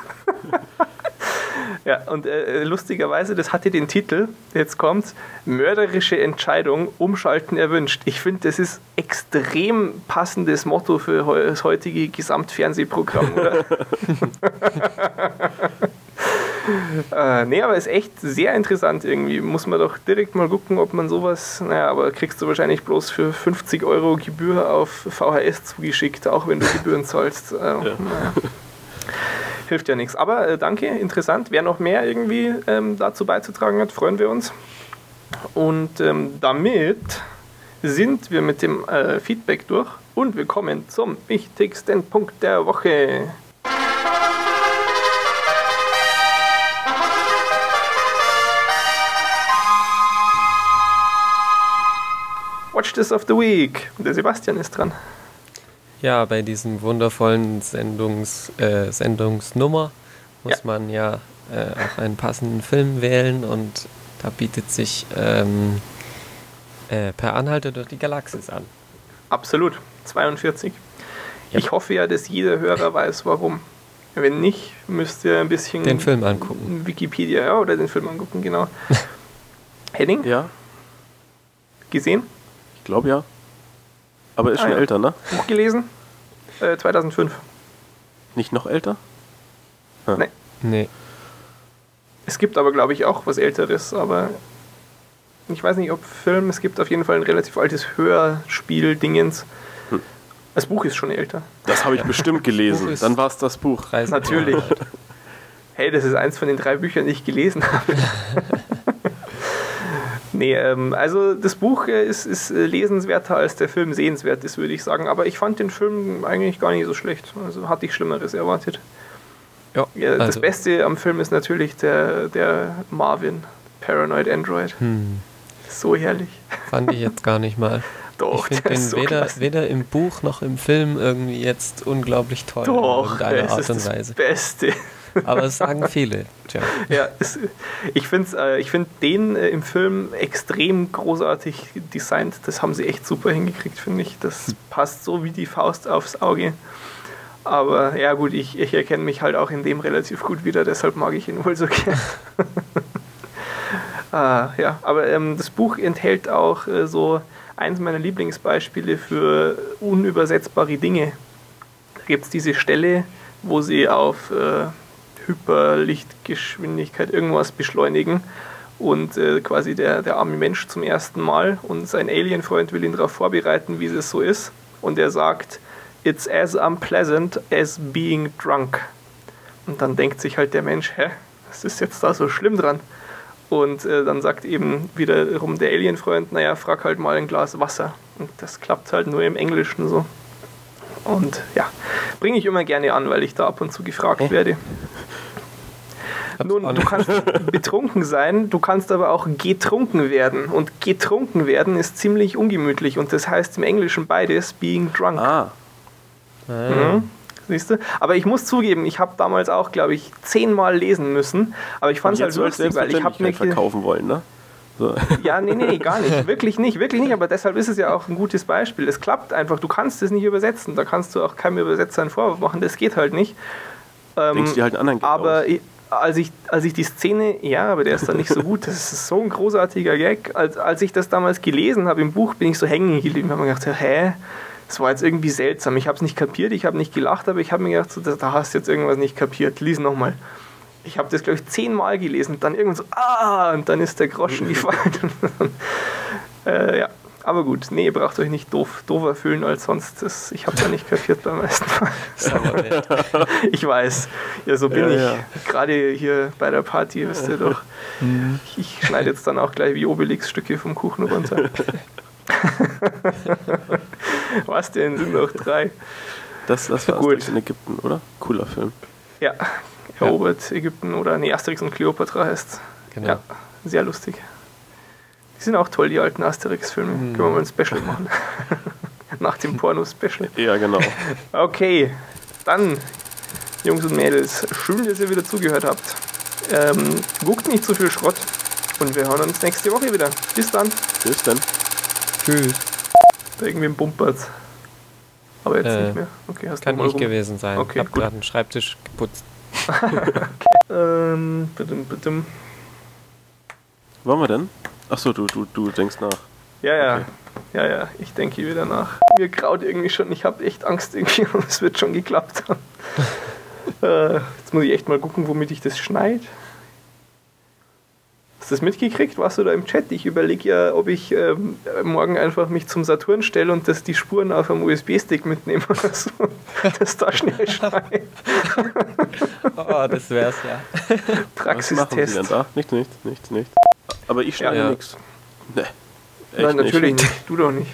Ja, und lustigerweise, das hatte den Titel, jetzt kommt's, mörderische Entscheidung, umschalten erwünscht. Ich finde, das ist extrem passendes Motto für das heutige Gesamtfernsehprogramm, oder? Nee, aber ist echt sehr interessant irgendwie. Muss man doch direkt mal gucken, ob man sowas, naja, aber kriegst du wahrscheinlich bloß für 50 € Gebühr auf VHS zugeschickt, auch wenn du Gebühren zahlst. Naja. Hilft ja nichts. Aber danke, interessant. Wer noch mehr irgendwie dazu beizutragen hat, freuen wir uns. Und damit sind wir mit dem Feedback durch und wir kommen zum wichtigsten Punkt der Woche. Watch This of the Week. Der Sebastian ist dran. Ja, bei diesem wundervollen Sendungsnummer muss man ja auch einen passenden Film wählen und da bietet sich Per Anhalter durch die Galaxis an. Absolut, 42. Ja. Ich hoffe ja, dass jeder Hörer weiß, warum. Wenn nicht, müsst ihr ein bisschen den Film angucken. Wikipedia oder den Film angucken, genau. Henning? Ja. Gesehen? Ich glaube ja. Aber ist schon älter, ne? Buch gelesen? 2005. Nicht noch älter? Nee. Es gibt aber, glaube ich, auch was Älteres, aber ich weiß nicht, ob Film, es gibt auf jeden Fall ein relativ altes Hörspiel-Dingens. Das Buch ist schon älter. Das habe ich bestimmt gelesen. Dann war es das Buch. Natürlich. Hey, das ist eins von den 3 Büchern, die ich gelesen habe. Nee, also das Buch ist lesenswerter als der Film sehenswert ist, würde ich sagen. Aber ich fand den Film eigentlich gar nicht so schlecht. Also hatte ich Schlimmeres erwartet. Ja, das also Beste am Film ist natürlich der Marvin, Paranoid Android. So herrlich. Fand ich jetzt gar nicht mal. Doch, ich finde den so weder im Buch noch im Film irgendwie jetzt unglaublich toll. Doch, in irgendeiner Art und Weise. Das Beste. Aber es sagen viele. Tja. Ja, ich finde den im Film extrem großartig designt. Das haben sie echt super hingekriegt, finde ich. Das passt so wie die Faust aufs Auge. Aber ja gut, ich erkenne mich halt auch in dem relativ gut wieder, deshalb mag ich ihn wohl so gerne. Ja, aber das Buch enthält auch so eins meiner Lieblingsbeispiele für unübersetzbare Dinge. Da gibt es diese Stelle, wo sie auf Hyperlichtgeschwindigkeit irgendwas beschleunigen und quasi der arme Mensch zum ersten Mal und sein Alienfreund will ihn darauf vorbereiten, wie es so ist. Und er sagt, "It's as unpleasant as being drunk." Und dann denkt sich halt der Mensch, was ist jetzt da so schlimm dran? Und dann sagt eben wiederum der Alienfreund, naja, frag halt mal ein Glas Wasser. Und das klappt halt nur im Englischen so. Und ja, bringe ich immer gerne an, weil ich da ab und zu gefragt werde. Nun, du kannst betrunken sein, du kannst aber auch getrunken werden. Und getrunken werden ist ziemlich ungemütlich. Und das heißt im Englischen beides, being drunk. Siehst du? Aber ich muss zugeben, ich habe damals auch, glaube ich, 10-mal lesen müssen. Aber ich fand es halt lustig, weil ich habe mir verkaufen wollen, ne? So. Ja, nee, gar nicht. Wirklich nicht. Aber deshalb ist es ja auch ein gutes Beispiel. Es klappt einfach. Du kannst es nicht übersetzen. Da kannst du auch keinem Übersetzer einen Vorwurf machen. Das geht halt nicht. Denkst du dir halt einen anderen Gag aber als ich die Szene, ja, aber der ist dann nicht so gut. Das ist so ein großartiger Gag. Als ich das damals gelesen habe im Buch, bin ich so hängen geblieben. Ich habe mir gedacht, das war jetzt irgendwie seltsam. Ich habe es nicht kapiert, ich habe nicht gelacht, aber ich habe mir gedacht, so, da hast du jetzt irgendwas nicht kapiert. Lies nochmal. Ich habe das, glaube ich, 10-mal gelesen und dann irgendwann so, und dann ist der Groschen gefallen. Ja, aber gut, nee, ihr braucht euch nicht doofer fühlen als sonst. Ich habe es ja nicht kapiert beim ersten Mal. Ich weiß, ja, so bin ich. Ja. Gerade hier bei der Party, wisst ihr doch. Ich schneide jetzt dann auch gleich wie Obelix-Stücke vom Kuchen runter. Was denn? Sind noch 3. Das war Asterix in Ägypten, oder? Cooler Film. Ja, erobert Ägypten oder Asterix und Kleopatra heißt. Genau. Ja, sehr lustig. Die sind auch toll, die alten Asterix-Filme. Können wir mal ein Special machen. Nach dem Porno-Special. Ja, genau. Okay, dann, Jungs und Mädels, schön, dass ihr wieder zugehört habt. Guckt nicht zu viel Schrott und wir hören uns nächste Woche wieder. Bis dann. Bis dann. Tschüss. Da irgendwem bumpert. Aber jetzt nicht mehr. Okay, hast kann du mal ich gewesen sein. Okay, ich habe gerade einen Schreibtisch geputzt. Okay. Bitte. Wollen wir denn? Achso, du denkst nach. Ja. Okay. Ja, ich denke wieder nach. Mir graut irgendwie schon, ich habe echt Angst irgendwie und es wird schon geklappt haben. Jetzt muss ich echt mal gucken, womit ich das schneide. Hast du das mitgekriegt? Warst du da im Chat? Ich überlege ja, ob ich morgen einfach mich zum Saturn stelle und die Spuren auf einem USB-Stick mitnehme oder so. Das da schnell schreibe. Oh, das wär's ja. Praxistest. Was machen Sie denn da? Nichts. Aber ich schreibe nichts. Nee. Nein, natürlich nicht. Du doch nicht.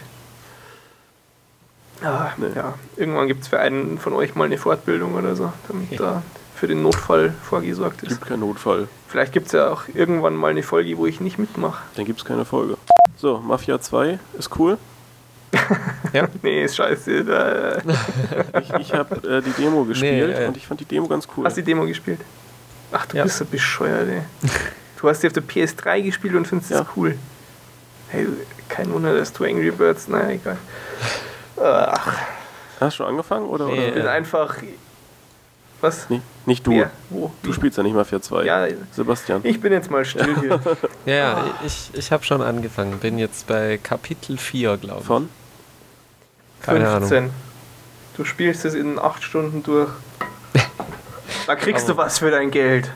Nee. Ja, irgendwann gibt es für einen von euch mal eine Fortbildung oder so, damit da für den Notfall vorgesorgt ist. Es gibt keinen Notfall. Vielleicht gibt es ja auch irgendwann mal eine Folge, wo ich nicht mitmache. Dann gibt es keine Folge. So, Mafia 2 ist cool. Ja. Nee, ist scheiße. Ich habe die Demo gespielt und ich fand die Demo ganz cool. Hast du die Demo gespielt? Ach, du bist so bescheuert, ey. Du hast die auf der PS3 gespielt und findest das cool. Hey, kein Wunder, dass du Angry Birds... Naja, egal. Ach. Hast du schon angefangen? Oder? Ich bin einfach... Was? Nicht du. Wer? Wo? Du spielst ja nicht Mafia 2. Ja, Sebastian. Ich bin jetzt mal still hier. Ja, ich habe schon angefangen. Bin jetzt bei Kapitel 4, glaube ich. Von? Keine 15. Ahnung. Du spielst es in 8 Stunden durch. Da kriegst du was für dein Geld.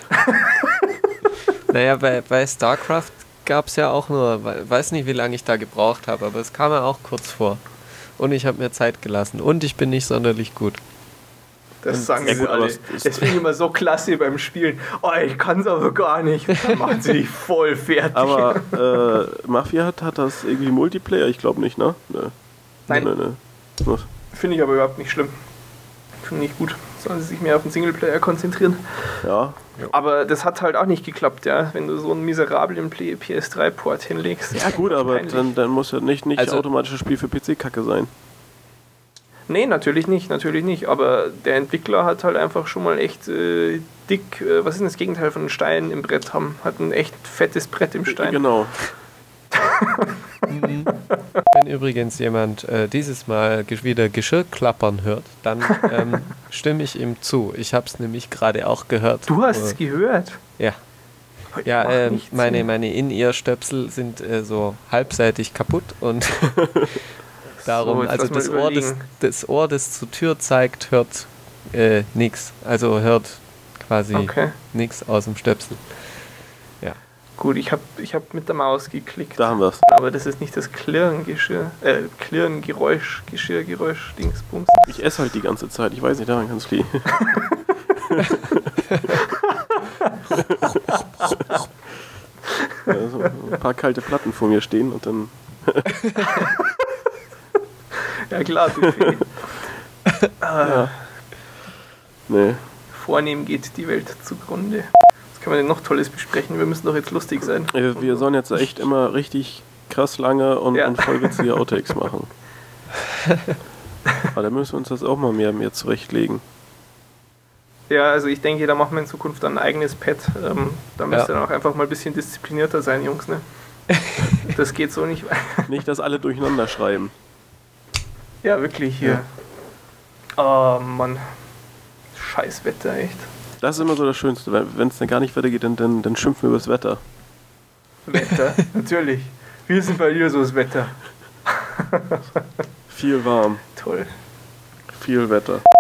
Naja, bei StarCraft gab es ja auch nur, weiß nicht, wie lange ich da gebraucht habe, aber es kam ja auch kurz vor. Und ich habe mir Zeit gelassen. Und ich bin nicht sonderlich gut. Das sagen sie alle. Das finde ich immer so klasse beim Spielen. Oh, ich kann es aber gar nicht. Dann machen sie dich voll fertig. Aber Mafia hat das irgendwie Multiplayer? Ich glaube nicht, ne? Nein. Nee. Finde ich aber überhaupt nicht schlimm. Finde ich gut. Sollen sie sich mehr auf den Singleplayer konzentrieren. Ja. Aber das hat halt auch nicht geklappt, ja. Wenn du so einen miserablen PS3-Port hinlegst. Ja gut, aber dann muss ja nicht also automatisch das Spiel für PC-Kacke sein. Nee, natürlich nicht. Aber der Entwickler hat halt einfach schon mal echt dick, was ist denn das Gegenteil von einem Stein im Brett haben? Hat ein echt fettes Brett im Stein. Genau. Wenn übrigens jemand dieses Mal wieder Geschirr klappern hört, dann stimme ich ihm zu. Ich habe es nämlich gerade auch gehört. Du hast es gehört? Ja. Ja, meine In-Ear-Stöpsel sind so halbseitig kaputt und darum, so, also das Ohr, das zur Tür zeigt, hört nichts. Also hört quasi nichts aus dem Stöpsel. Ja. Gut, ich hab mit der Maus geklickt. Da haben wir's. Aber das ist nicht das Klirrengeräusch, Geschirrgeräusch, Dingsbums. Ich esse halt die ganze Zeit, ich weiß nicht, daran kann es liegen. Also ein paar kalte Platten vor mir stehen und dann... Ja klar, Buffet. Ja. Nee. Vornehm geht die Welt zugrunde. Was können wir denn noch Tolles besprechen? Wir müssen doch jetzt lustig sein. Wir sollen jetzt echt immer richtig krass lange und vollwitzige Outtakes machen. Aber da müssen wir uns das auch mal mehr zurechtlegen. Ja, also ich denke, da machen wir in Zukunft ein eigenes Pad. Da müsst ihr dann auch einfach mal ein bisschen disziplinierter sein, Jungs, ne? Das geht so nicht weiter. Nicht, dass alle durcheinander schreiben. Ja, wirklich hier. Oh Mann. Scheiß Wetter, echt. Das ist immer so das Schönste. Wenn es dann gar nicht weitergeht, dann schimpfen wir über das Wetter. Wetter, natürlich. Wie ist denn bei dir so das Wetter? Viel warm. Toll. Viel Wetter.